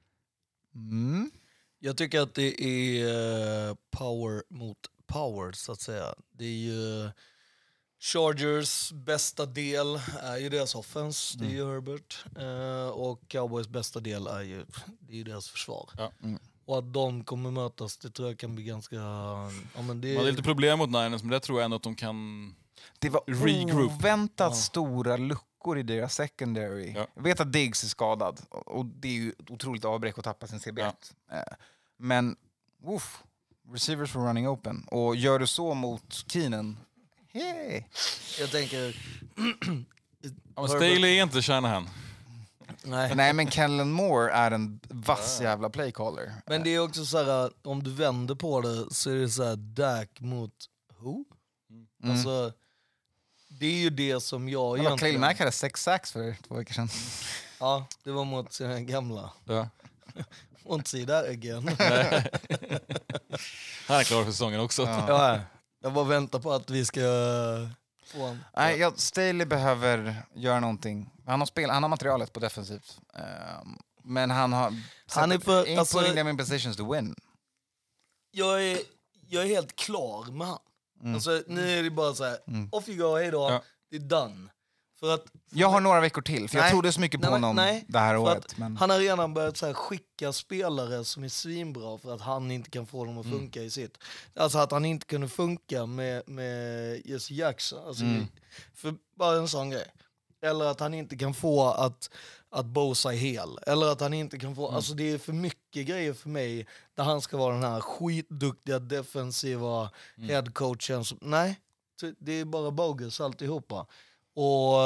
Jag tycker att det är power mot power, så att säga. Det är ju Chargers bästa del är ju deras offense, det är ju Herbert. Och Cowboys bästa del är ju deras försvar. Ja. Och att de kommer mötas, det tror jag kan bli ganska... Ja, men det... Man hade lite problem mot Niners, men det tror jag ändå att de kan... Det var regroup. Oväntat stora luckor i deras secondary. Ja. Jag vet att Diggs är skadad och det är ju ett otroligt avbräck att tappa sin CB1. Men receivers were running open. Och gör du så mot Keenan, hey. Jag tänker... Staley är inte Shanahan. Nej, men Kellen Moore är en vass jävla playcaller. Men det är också så här, om du vänder på det så är det så här Dak mot who? Alltså, det är ju det som jag egentligen... Khalil Mack hade 6 sacks för 2 veckor sedan. Ja, det var mot sina gamla. Ja. Won't see that again. Han är klar för säsongen också. Ja, jag bara väntar på att vi ska få en... Nej, Staley behöver göra någonting. Han har materialet på defensivt. Men han är för in them in positions to win. Jag är helt klar med han. Alltså, nu är det bara så här, off you go, hej då, det är done. För att, jag har några veckor till, för jag trodde så mycket på honom det här året. Men... Han har redan börjat så här, skicka spelare som är svinbra för att han inte kan få dem att funka i sitt. Alltså att han inte kunde funka med Jesse Jackson. Alltså, för bara en sån grej. Eller att han inte kan få att Bosa är hel. Eller att han inte kan få... Alltså det är för mycket grejer för mig där han ska vara den här skitduktiga defensiva headcoachen. Nej, det är bara bogus alltihopa. Och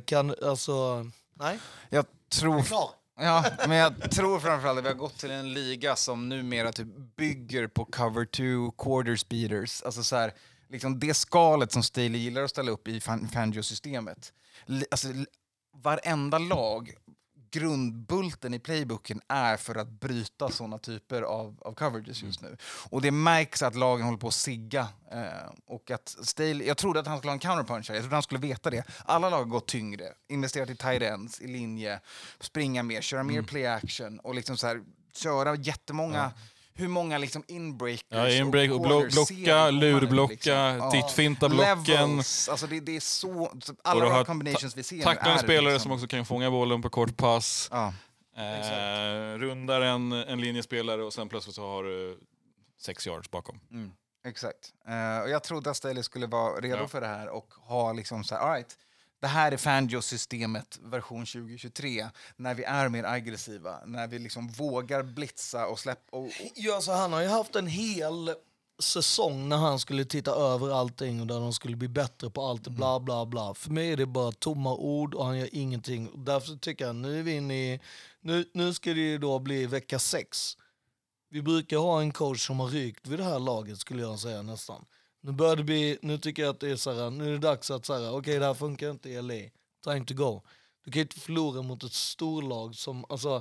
nej. Jag tror... Ja, men jag tror framförallt att vi har gått till en liga som numera typ bygger på cover 2 quarter speeders. Alltså så här, liksom det skalet som Staley gillar att ställa upp i Fangio-systemet. Alltså, varenda lag, grundbulten i playbooken är för att bryta såna typer av coverages just nu. Och det märks att lagen håller på att sigga. Och att Staley, jag trodde att han skulle ha en counterpuncher, jag trodde han skulle veta det. Alla lag har gått tyngre, investerat i tight ends, i linje, springa mer, köra mer play action och liksom så här, köra jättemånga... Hur många liksom inbreakers och blocka, lurblocka, liksom. Tittfinta blocken. Levels, alltså det är så alla combinations vi ser. Tackla en spelare liksom, som också kan fånga bollen på kort pass. Rundar en linjespelare och sen plötsligt så har du 6 yards bakom. Exakt. Och jag trodde att Staley skulle vara redo för det här och ha liksom så här, all right. Det här är Fangio-systemet version 2023, när vi är mer aggressiva, när vi liksom vågar blitza och släppa... Ja, så han har ju haft en hel säsong när han skulle titta över allting och där de skulle bli bättre på allt, bla bla bla. För mig är det bara tomma ord och han gör ingenting. Därför tycker jag, nu är vi inne i... Nu ska det ju då bli vecka 6. Vi brukar ha en coach som har rykt vid det här laget, skulle jag säga nästan. Nu tycker jag att det är så här, nu är det dags att säga, okej, det här funkar inte i LA. Time to go. Du kan inte förlora mot ett storlag som, alltså,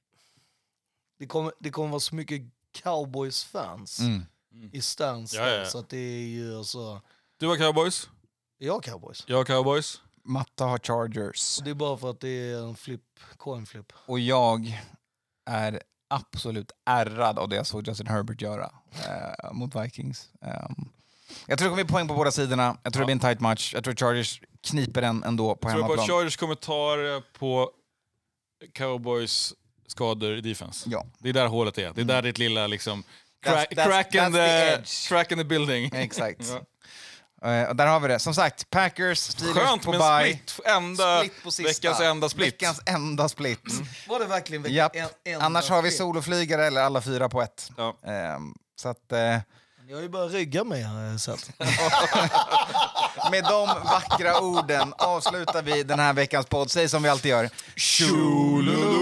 det kommer vara så mycket Cowboys-fans i stands. Så att det är ju alltså... Du har Cowboys? Jag har Cowboys. Jag har Cowboys. Matta har Chargers. Och det är bara för att det är en coin flip. Och jag är absolut ärrad av det jag såg Justin Herbert göra mot Vikings. Jag tror det kommer bli poäng på båda sidorna. Jag tror det blir en tight match. Jag tror Chargers kniper den ändå på hemmaplan. Jag tror på Chargers kommentar på Cowboys skador i defense. Ja. Det är där hålet är. Det är där ditt lilla liksom... Crack in the building. Exakt. Och där har vi det. Som sagt, Packers, Steelers Skönt på med bye. split. Enda, Split på sista. veckans enda split. Veckans enda split. Var det verkligen Japp. enda Annars har vi split? soloflygare eller alla 4 på 1. Ja. Så att, Ni har ju börjat rygga mig har jag sett. med de vackra orden avslutar vi den här veckans podd. Säg som vi alltid gör. Tjololo!